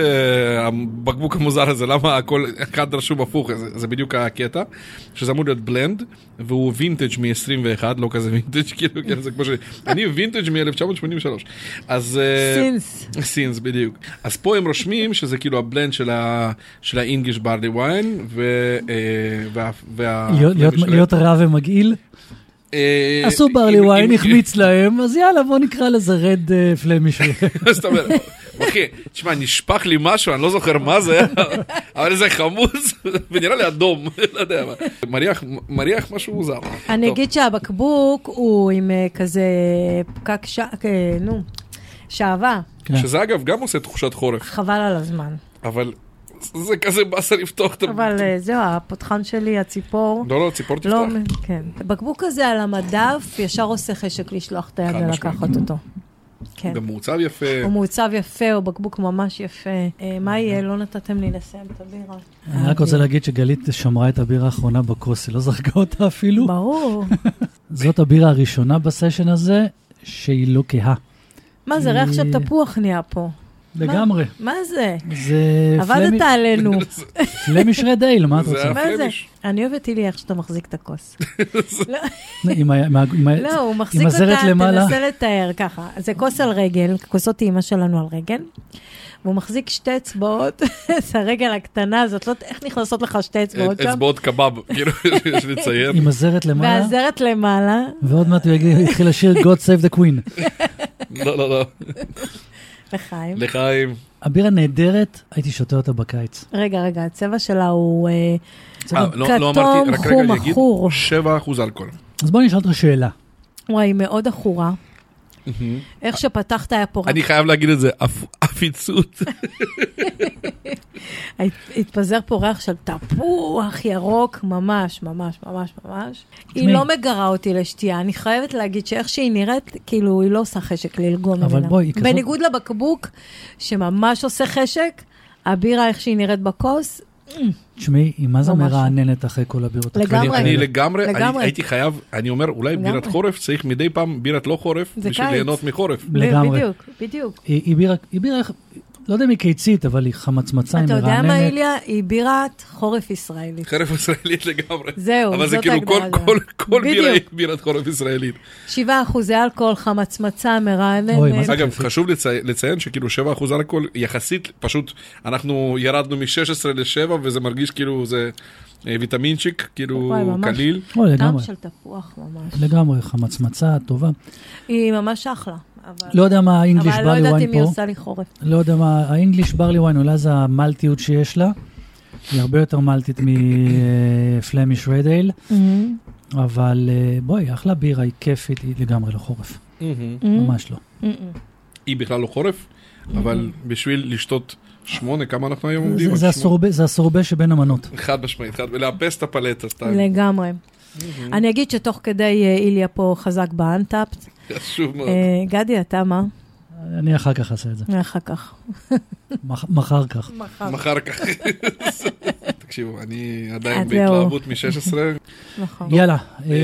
הבקבוק המוזר הזה? למה הכל אחד רשום הפוך? זה, זה בדיוק הקטע. שזה אמור להיות בלנד, והוא וינטג' מ-עשרים ואחת, לא כזה וינטג', כאילו, כן, זה כמו ש... אני וינטג' מ-אלף תשע מאות שמונים ושלוש. אז... סינס. סינס, בדיוק. אז פה הם רושמים שזה כאילו הבלנד של ה- של ה-English barley wine, ו... אה, וה... וה... להיות- להיות- ושל- להיות רע ומגעיל. אה, עשו ברלי אם- וויין, אם- החמיץ להם, אז יאללה, בוא נקרא לזה רד פלמיש. זאת אומרת, אחי, תשמע, נשפך לי משהו, אני לא זוכר מה זה, אבל זה חמוץ, ונראה לי אדום, לא יודע מה. מריח, מריח משהו מוזר. אני טוב. אגיד שהבקבוק הוא עם אה, כזה פקק ש... אה, נו, שעבה. שזה אגב גם עושה תחושת חורף, חבל על הזמן. אבל זה כזה באסה לפתוח את... ה- אבל אה, זהו, הפותחן שלי, הציפור. לא, לא, ציפור תפתח. לא, כן. הבקבוק הזה על המדף, ישר עושה חשק לשלוח את היד חד ולקחת אותו. כן. גם מעוצב יפה. הוא מעוצב יפה, הוא בקבוק ממש יפה. אה, מה יהיה? לא נתתם לי לסיים את הבירה. אני רק רוצה להגיד שגלית שמרה את הבירה האחרונה בכוס, היא לא זרקה אותה אפילו. ברור. זאת הבירה הראשונה בסשן הזה, שהיא לא כהה. מה זה, ריח של תפוח נהיה פה. לגמרי. מה זה? זה עבדת עלינו. פלמיש רד אייל, מה את זה רוצה? מה זה? הפלמיש. אני אוהבת אילי איך שאתה מחזיק את הכוס. לא, עם ה- עם ה- עם ה- לא, הוא עם מחזיק הזרת אותה, למעלה. תנסה לתאר ככה. זה כוס על רגל, כוסות טעימה שלנו על רגל, והוא מחזיק שתי אצבעות, את הרגל הקטנה הזאת, לא, איך נכנסות לך שתי אצבעות שם? אצבעות קבב, כאילו, יש לציין. עם הזרת למעלה. והזרת למעלה. ועוד מעט הוא יתחיל לשיר God Save the Queen. לא, לא, לא. לחיים. לחיים. הבירה נהדרת, הייתי שותה אותה בקיץ. רגע, רגע, הצבע שלה הוא כתום, חום עכור. שבעה אחוז אלכוהול. אז בואי נשאל אותך שאלה. וואי, מאוד עכורה. איך שפתחת היה פה... אני חייב להגיד את זה, עפיצות. התפזר פה ריח של תפוח ירוק, ממש, ממש, ממש, ממש. היא לא מגרה אותי לשתייה, אני חייבת להגיד שאיך שהיא נראית, כאילו היא לא עושה חשק ללגום ממנה. בניגוד לבקבוק, שממש עושה חשק, הבירה איך שהיא נראית בכוס, תשמעי, היא מה זה מרעננת אחרי כל הבירות? לגמרי. אני לגמרי, הייתי חייב, אני אומר, אולי בירת חורף, צריך מדי פעם בירת לא חורף, בשביל ליהנות מחורף. לגמרי. בדיוק, בדיוק. היא בירה, לא יודע מי קיצית, אבל היא חמצמצה, היא מרעננת. אתה יודע מה, איליה? היא בירת חורף ישראלית. חורף ישראלית לגמרי. זהו, אבל זה כאילו כל בירה היא בירת חורף ישראלית. שבעה אחוז אלכוהול, חמצמצה, מרעננת. אגב, חשוב לציין שכאילו שבעה אחוז אלכוהול, יחסית, פשוט אנחנו ירדנו מ-שש עשרה ל-שבע, וזה מרגיש כאילו זה ויטמינצ'יק, כאילו קליל. טעם של תפוח ממש. לגמרי, חמצמצה, טובה. היא ממש אחלה. לא יודע מה האנגליש ברלי וויין פה. אבל לא יודעת אם היא עושה לי חורף. לא יודע מה, האנגליש ברלי וויין, אולי זה המלטיות שיש לה. היא הרבה יותר מלטית מפלמיש רד אייל. אבל בואי, אחלה בירה, היא כיפית, היא לגמרי לא חורף. ממש לא. היא בכלל לא חורף, אבל בשביל לשתות שמונה, כמה אנחנו היום עומדים? זה הסורבה שבין המנות. חד משמעית, ולאפס את הפלטה. לגמרי. אני אגיד שתוך כדי איליה פה חזק באנטאפט. חשוב מאוד. גדי, אתה מה? אני אחר כך אעשה את זה. אחר כך. מחר כך. מחר כך. תקשיבו, אני עדיין בהתלהבות מ-שש עשרה. נכון. יאללה.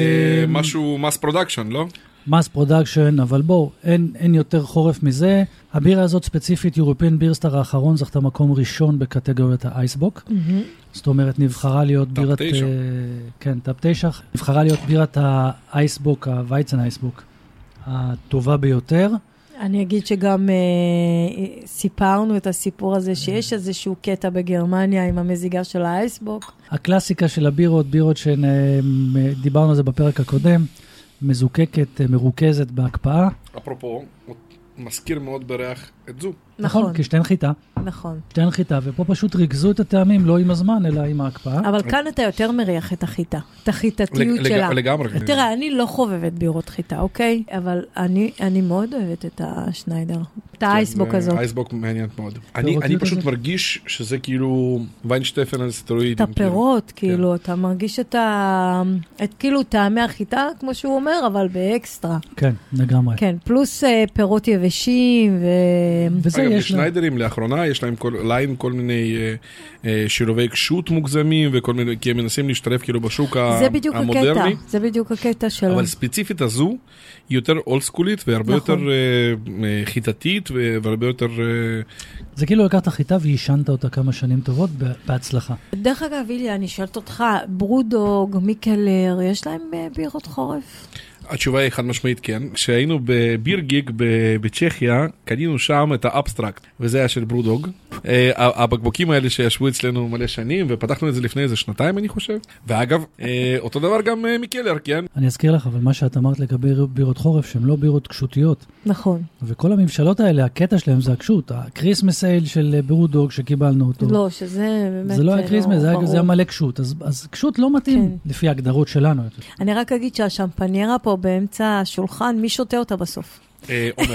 משהו מס פרודקשן, לא? מס פרודקשן, אבל בואו, אין יותר חורף מזה. הבירה הזאת ספציפית, יורופין בירסטר האחרון, זכתה מקום ראשון בקטגוריית האייסבוק. זאת אומרת, נבחרה להיות בירת... טאפ תשע. כן, טאפ תשע. נבחרה להיות בירת האייסבוק, הווייצן האייסבוק, הטובה ביותר. אני אגיד שגם אה, סיפרנו את הסיפור הזה, שיש איזשהו קטע בגרמניה עם המזיגה של האייסבוק. הקלאסיקה של הבירות, בירות שדיברנו על זה בפרק הקודם, מזוקקת, מרוכזת בהקפאה. אפרופו, מזכיר מאוד בריח את זו. נכון, כי שתיהן חיטה. נכון. שתיהן חיטה, ופה פשוט ריכזו את הטעמים, לא עם הזמן, אלא עם ההקפאה. אבל כאן אתה יותר מריח את החיטה, את החיטתיות שלה. לגמרי. תראה, אני לא חובבת בירות חיטה, אוקיי? אבל אני מאוד אוהבת את השניידר, את האייסבוק הזאת. האייסבוק מעניינת מאוד. אני פשוט מרגיש שזה כאילו ויינשטפן על סטרואידים. את הפירות, כאילו, אתה מרגיש את כאילו טעמי החיטה, כמו שהוא אומר, אבל באקסטרה. כן, לגמרי. כן, פלוס פירות יבשים ו... אגב, בשניידרים לאחרונה יש להם ליין כל מיני שילובי קשות מוגזמים, וכל מיני, כי הם מנסים להשתלב כאילו בשוק המודרני. זה בדיוק הקטע, זה בדיוק הקטע שלו. אבל ספציפית הזו, היא יותר אולד סקולית, והרבה יותר חיטתית, והרבה יותר... זה כאילו לקחת חיטה והישנת אותה כמה שנים טובות בהצלחה. דרך אגב, איליה, אני שואלת אותך, ברודוג, מיקלר, יש להם בירות חורף? התשובה היא חד משמעית כן. כשהיינו בביר גיג בצ'כיה, קנינו שם את האבסטרקט, וזה היה של ברודוג. הבקבוקים האלה שישבו אצלנו מלא שנים, ופתחנו את זה לפני איזה שנתיים, אני חושב. ואגב, אותו דבר גם מקלר, כן? אני אזכיר לך, אבל מה שאת אמרת לגבי בירות חורף, שהן לא בירות קשותיות. נכון. וכל הממשלות האלה, הקטע שלהם זה הקשות. הקריסמס אייל של ברודוג שקיבלנו אותו. לא, שזה באמת... זה לא היה קריסמס, זה היה מלא קשות. אז קשות לא מתאים לפי ההגדרות שלנו. אני רק אגיד שהשמפניירה פה באמצע השולחן, מי שותה אותה בסוף? עומר.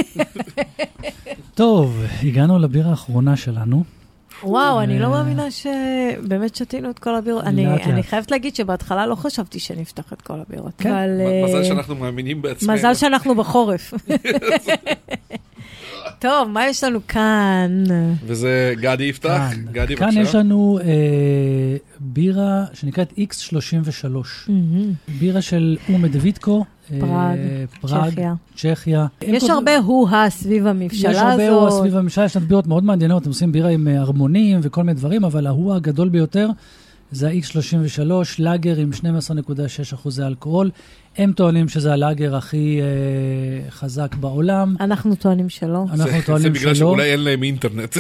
טוב, הגענו לבירה האחרונה שלנו. וואו, אני לא מאמינה שבאמת שתינו את כל הבירות. אני חייבת להגיד שבהתחלה לא חשבתי שנפתח את כל הבירות. מזל שאנחנו מאמינים בעצמנו. מזל שאנחנו בחורף. טוב, מה יש לנו כאן? וזה גדי יפתח. גדי, כאן יש לנו בירה שנקראת איקס שלושים ושלוש. בירה של אומד ויטקו. פראג, צ'כיה. צ'כיה. יש הרבה הו-ה סביב הממשלה הזאת. יש הרבה הו-ה סביב הממשלה, יש לנו בירות מאוד מעניינות, הם עושים בירה עם הרמונים וכל מיני דברים, אבל ההוא הגדול ביותר זה ה-אקס שלושים ושלוש, לאגר עם שתים עשרה נקודה שש אחוזי אלכוהול. הם טוענים שזה הלאגר הכי אה, חזק בעולם. אנחנו טוענים שלא. אנחנו זה, טוענים זה בגלל שלא. שאולי אין להם אינטרנט.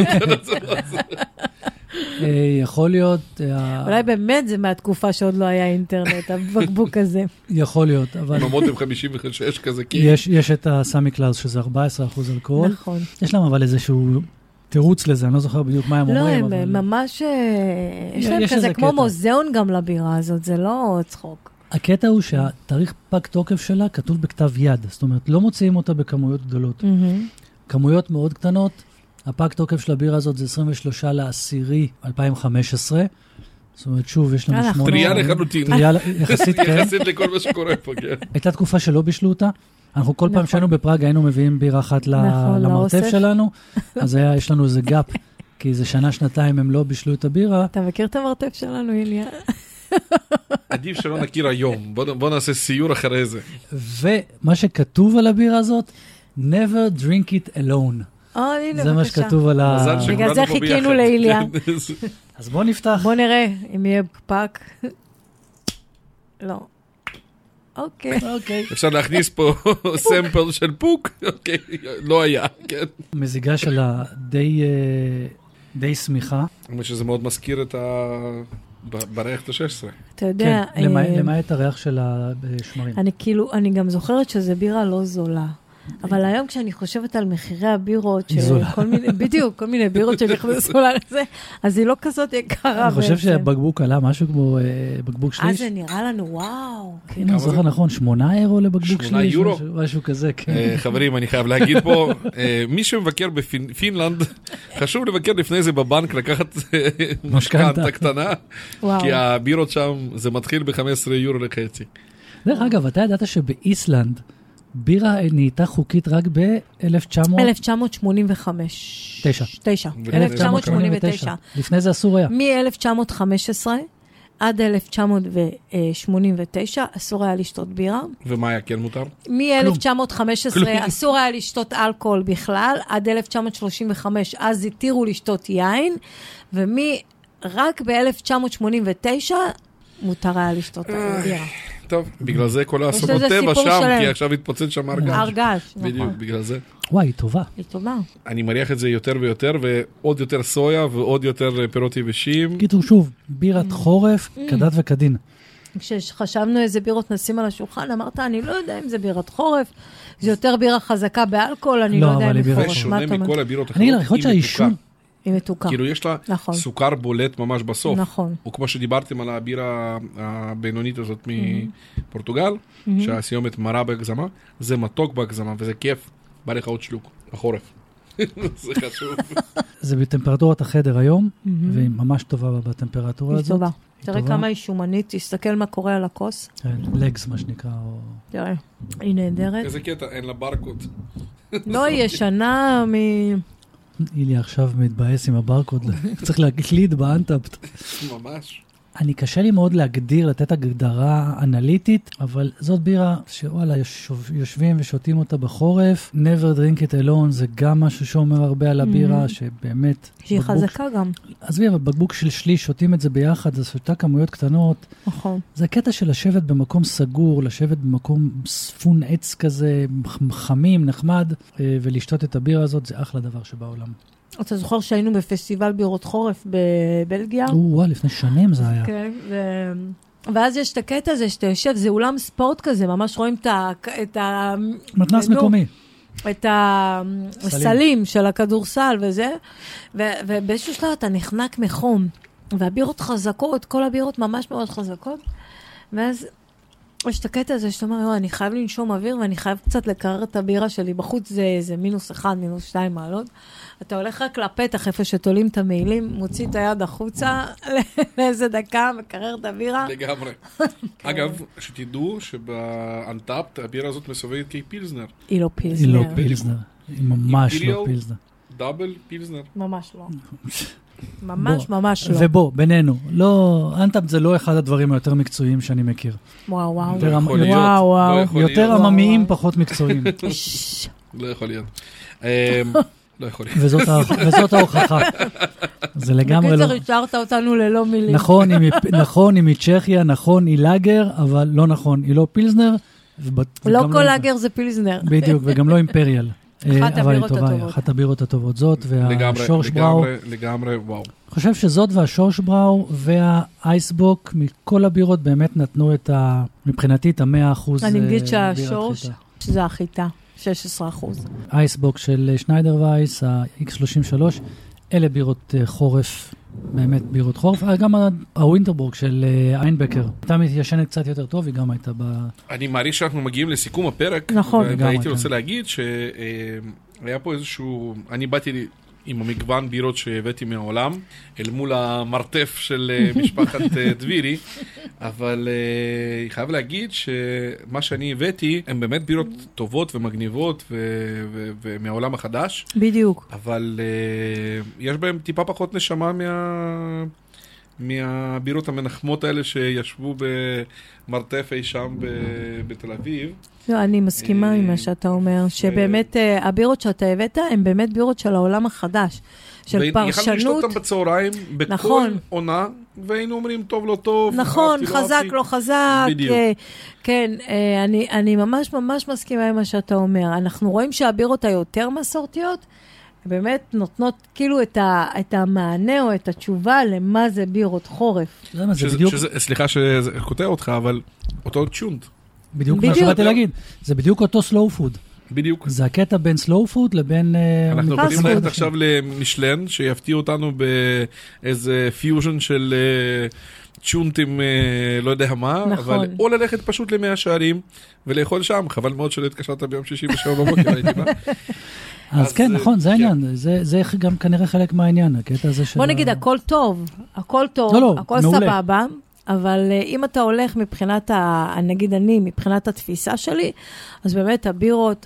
אה, יכול להיות. אה, אולי באמת זה מהתקופה שעוד לא היה אינטרנט, הבקבוק הזה. יכול להיות, אבל... ממודם חמישים ושש כזה, כי... יש, יש את הסמי קלאוס, שזה ארבעה עשר אחוז אלכוהול. נכון. יש להם אבל איזשהו תירוץ לזה, אני לא זוכר בדיוק מה הם לא, אומרים. הם אבל... ממש... יש להם יש כזה איזה כמו קטע. מוזיאון גם לבירה הזאת, זה לא צחוק. הקטע הוא שהתאריך פג תוקף שלה כתוב בכתב יד, זאת אומרת, לא מוציאים אותה בכמויות גדולות. כמויות מאוד קטנות, הפג תוקף של הבירה הזאת זה עשרים ושלושה לעשירי אלפיים וחמש עשרה, זאת אומרת, שוב, יש לנו שמונה... טריה לחלוטין. טריה יחסית, כן. יחסית לכל מה שקורה פה, כן. הייתה תקופה שלא בישלו אותה, אנחנו כל פעם שהיינו בפראג היינו מביאים בירה אחת למרתף שלנו, אז יש לנו איזה גאפ, כי זה שנה, שנתיים הם לא בישלו את הבירה. אתה מכיר את המרתף שלנו, איליה? עדיף שלא נכיר היום, בוא נעשה סיור אחרי זה. ומה שכתוב על הבירה הזאת, never drink it alone. או, הנה, זה מה שכתוב על ה... בגלל זה חיכינו לאיליה. אז בוא נפתח. בוא נראה אם יהיה פאק. לא. אוקיי. אוקיי. אפשר להכניס פה סמפל של פוק? אוקיי, לא היה, כן. מזיגה שלה די, די סמיכה. האמת שזה מאוד מזכיר את ה... בריח ה-שש עשרה. אתה יודע... כן, למעט הריח של השמרים. אני כאילו, אני גם זוכרת שזה בירה לא זולה. אבל היום כשאני חושבת על מחירי הבירות, בדיוק, כל מיני בירות שנכנסו לזה, אז היא לא כזאת יקרה. אני חושב שבקבוק עלה משהו כמו בקבוק שליש. אז זה נראה לנו, וואו. אם אני זוכר נכון, שמונה אירו לבקבוק שליש, משהו כזה, כן. חברים, אני חייב להגיד פה, מי שמבקר בפינלנד, חשוב לבקר לפני זה בבנק, לקחת משכנתה קטנה, כי הבירות שם, זה מתחיל ב-חמישה עשר יורו לחצי. דרך אגב, אתה ידעת שבאיסלנד, בירה נהייתה חוקית רק ב-אלף תשע מאות שמונים וחמש. תשע. תשע. אלף תשע מאות שמונים ותשע. לפני זה אסור היה. מ-אלף תשע מאות וחמש עשרה עד אלף תשע מאות שמונים ותשע אסור היה לשתות בירה. ומה היה כן מותר? מ-אלף תשע מאות וחמש עשרה אסור היה לשתות אלכוהול בכלל, עד אלף תשע מאות שלושים וחמש אז התירו לשתות יין, ורק ב-אלף תשע מאות שמונים ותשע מותר היה לשתות בירה. טוב, בגלל זה כל האסונות טבע שם, כי עכשיו התפוצץ שם הרגש. הרגש, נכון. בדיוק, בגלל זה. וואי, היא טובה. היא טובה. אני מריח את זה יותר ויותר, ועוד יותר סויה, ועוד יותר פירות יבשים. קיצור, שוב, בירת חורף, כדת וכדין. כשחשבנו איזה בירות נשים על השולחן, אמרת, אני לא יודע אם זה בירת חורף, זה יותר בירה חזקה באלכוהול, אני לא יודע אם זה חורף. זה שונה מכל הבירות אני אגיד לך, יכול להיות שהאישון... היא מתוקה. כאילו יש לה נכון. סוכר בולט ממש בסוף. נכון. וכמו שדיברתם על הבירה הבינונית הזאת מפורטוגל, mm-hmm. שהסיומת מרה בהגזמה, זה מתוק בהגזמה, וזה כיף. בא לך עוד שלוק, בחורף. זה חשוב. זה בטמפרטורת החדר היום, mm-hmm. והיא ממש טובה בטמפרטורה הזאת. היא טובה. תראה כמה היא שומנית, תסתכל מה קורה על הכוס. לגס, מה שנקרא. תראה, היא נהדרת. איזה קטע, אין לה ברקוד. לא, היא ישנה מ... איליה עכשיו מתבאס עם הברקוד, צריך להקליד באנטאפט. ממש. אני קשה לי מאוד להגדיר, לתת הגדרה אנליטית, אבל זאת בירה שוואלה, יושבים ושותים אותה בחורף. Never drink it alone, זה גם משהו שאומר הרבה על הבירה, שבאמת... שהיא חזקה גם. עזבי, אבל בקבוק של שליש, שותים את זה ביחד, זה שותה כמויות קטנות. נכון. זה הקטע של לשבת במקום סגור, לשבת במקום ספון עץ כזה, חמים, נחמד, ולשתות את הבירה הזאת, זה אחלה דבר שבעולם. אתה זוכר שהיינו בפסטיבל בירות חורף בבלגיה? וואו, לפני שנים זה היה. כן, ואז יש את הקטע הזה שאתה יושב, זה אולם ספורט כזה, ממש רואים את ה... מתנס מקומי. את הסלים של הכדורסל וזה, ובאיזשהו שלב אתה נחנק מחום, והבירות חזקות, כל הבירות ממש מאוד חזקות, ואז יש את הקטע הזה שאתה אומר, אני חייב לנשום אוויר, ואני חייב קצת לקרר את הבירה שלי, בחוץ זה, זה מינוס אחד, מינוס שתיים מעלות, אתה הולך רק לפתח איפה שתולים את המעילים, מוציא את היד החוצה לאיזה דקה, מקרר את הבירה. לגמרי. אגב, שתדעו שבאנטאפט הבירה הזאת מסובבת כפילזנר. היא לא פילזנר. היא לא פילזנר. היא ממש לא פילזנר. דאבל פילזנר. ממש לא. ממש ממש לא. ובוא, בינינו, לא, אנטאפט זה לא אחד הדברים היותר מקצועיים שאני מכיר. וואו, וואו. וואו, וואו. יותר עממיים, פחות מקצועיים. לא יכול להיות. לא יכולים. וזאת ההוכחה. זה לגמרי לא... בקיצר, השארת אותנו ללא מילים. נכון, היא מצ'כיה, נכון, היא לאגר, אבל לא נכון, היא לא פילסנר. לא כל לאגר זה פילסנר. בדיוק, וגם לא אימפריאל. אחת הבירות הטובות. אחת הבירות הטובות זאת, והשורש בראו. לגמרי, לגמרי, וואו. אני חושב שזאת והשורש בראו והאייסבוק, מכל הבירות באמת נתנו את ה... מבחינתי את המאה אחוז אני אגיד שהשורש, שזה החיטה, שש עשרה אחוז. אייסבוק של שניידר וייס, ה-אקס שלושים ושלוש, אלה בירות חורף, באמת בירות חורף. גם הווינטרבורג של איינבקר, הייתה מתיישנת קצת יותר טוב, היא גם הייתה ב... אני מעריך שאנחנו מגיעים לסיכום הפרק. נכון. והייתי רוצה להגיד שהיה פה איזשהו... אני באתי עם המגוון בירות שהבאתי מהעולם, אל מול המרתף של משפחת דבירי, אבל אני חייב להגיד שמה שאני הבאתי, הן באמת בירות טובות ומגניבות ומהעולם החדש. בדיוק. אבל יש בהן טיפה פחות נשמה מה... מהבירות המנחמות האלה שישבו במרתף אי שם בתל אביב. לא, אני מסכימה עם מה שאתה אומר, שבאמת הבירות שאתה הבאת, הן באמת בירות של העולם החדש, של פרשנות. יכלנו לשתות אותם בצהריים, בכל עונה, והיינו אומרים טוב לא טוב. נכון, חזק לא חזק. בדיוק. כן, אני ממש ממש מסכימה עם מה שאתה אומר. אנחנו רואים שהבירות היותר מסורתיות, באמת נותנות כאילו את, ה, את המענה או את התשובה למה זה בירות חורף. שזה, בדיוק... שזה, סליחה שזה קוטע אותך, אבל אותו צ'ונט. בדיוק מה שבאתי להגיד. זה בדיוק אותו סלואו פוד. בדיוק. זה הקטע בין סלואו פוד לבין... אנחנו יכולים ללכת עכשיו למשלן, שיפתיע אותנו באיזה פיוז'ן של צ'ונטים, לא יודע מה, נכון. אבל או ללכת פשוט למאה שערים ולאכול שם. חבל מאוד שלא התקשרת ביום שישי בשבע בבוקר, הייתי בא. אז כן, נכון, זה העניין. זה גם כנראה חלק מהעניין, הקטע הזה של... בוא נגיד, הכל טוב, הכל טוב, הכל סבבה, אבל אם אתה הולך מבחינת, נגיד אני, מבחינת התפיסה שלי, אז באמת הבירות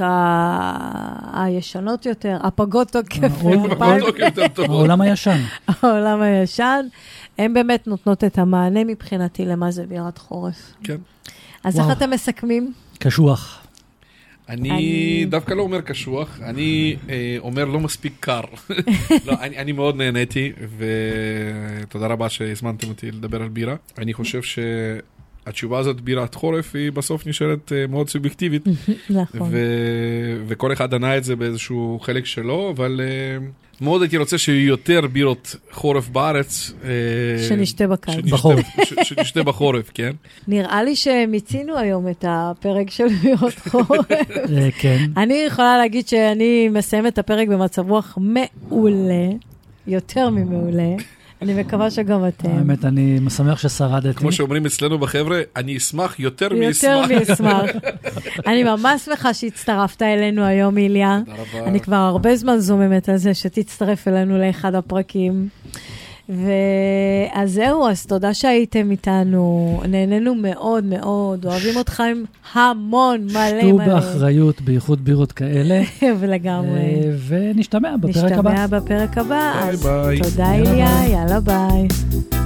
הישנות יותר, הפגות תוקף, העולם הישן. העולם הישן, הן באמת נותנות את המענה מבחינתי למה זה בירת חורף. כן. אז איך אתם מסכמים? קשוח. אני, אני דווקא לא אומר קשוח, אני אה, אומר לא מספיק קר. לא, אני, אני מאוד נהניתי, ותודה רבה שהזמנתם אותי לדבר על בירה. אני חושב שהתשובה הזאת, בירת חורף, היא בסוף נשארת אה, מאוד סובייקטיבית. נכון. ו- וכל אחד ענה את זה באיזשהו חלק שלו, אבל... אה, מאוד הייתי רוצה שיהיו יותר בירות חורף בארץ. שנשתה בקיץ. בחורף. שנשתה בחורף, כן. נראה לי שמיצינו היום את הפרק של בירות חורף. כן. אני יכולה להגיד שאני מסיים את הפרק במצב רוח מעולה, יותר ממעולה. אני מקווה שגם אתם. האמת, אני משמח ששרדתי. כמו שאומרים אצלנו בחבר'ה, אני אשמח יותר מאשמח. יותר מאשמח. אני ממש שמחה שהצטרפת אלינו היום, איליה. תודה רבה. אני כבר הרבה זמן זוממת על זה שתצטרף אלינו לאחד הפרקים. ואז זהו, אז תודה שהייתם איתנו. נהנינו מאוד מאוד. אוהבים אתכם המון, מלא מלא. שתו באחריות, בייחוד בירות כאלה. ולגמרי. ונשתמע בפרק הבא. נשתמע בפרק הבא. ביי ביי. תודה איליה, יאללה ביי.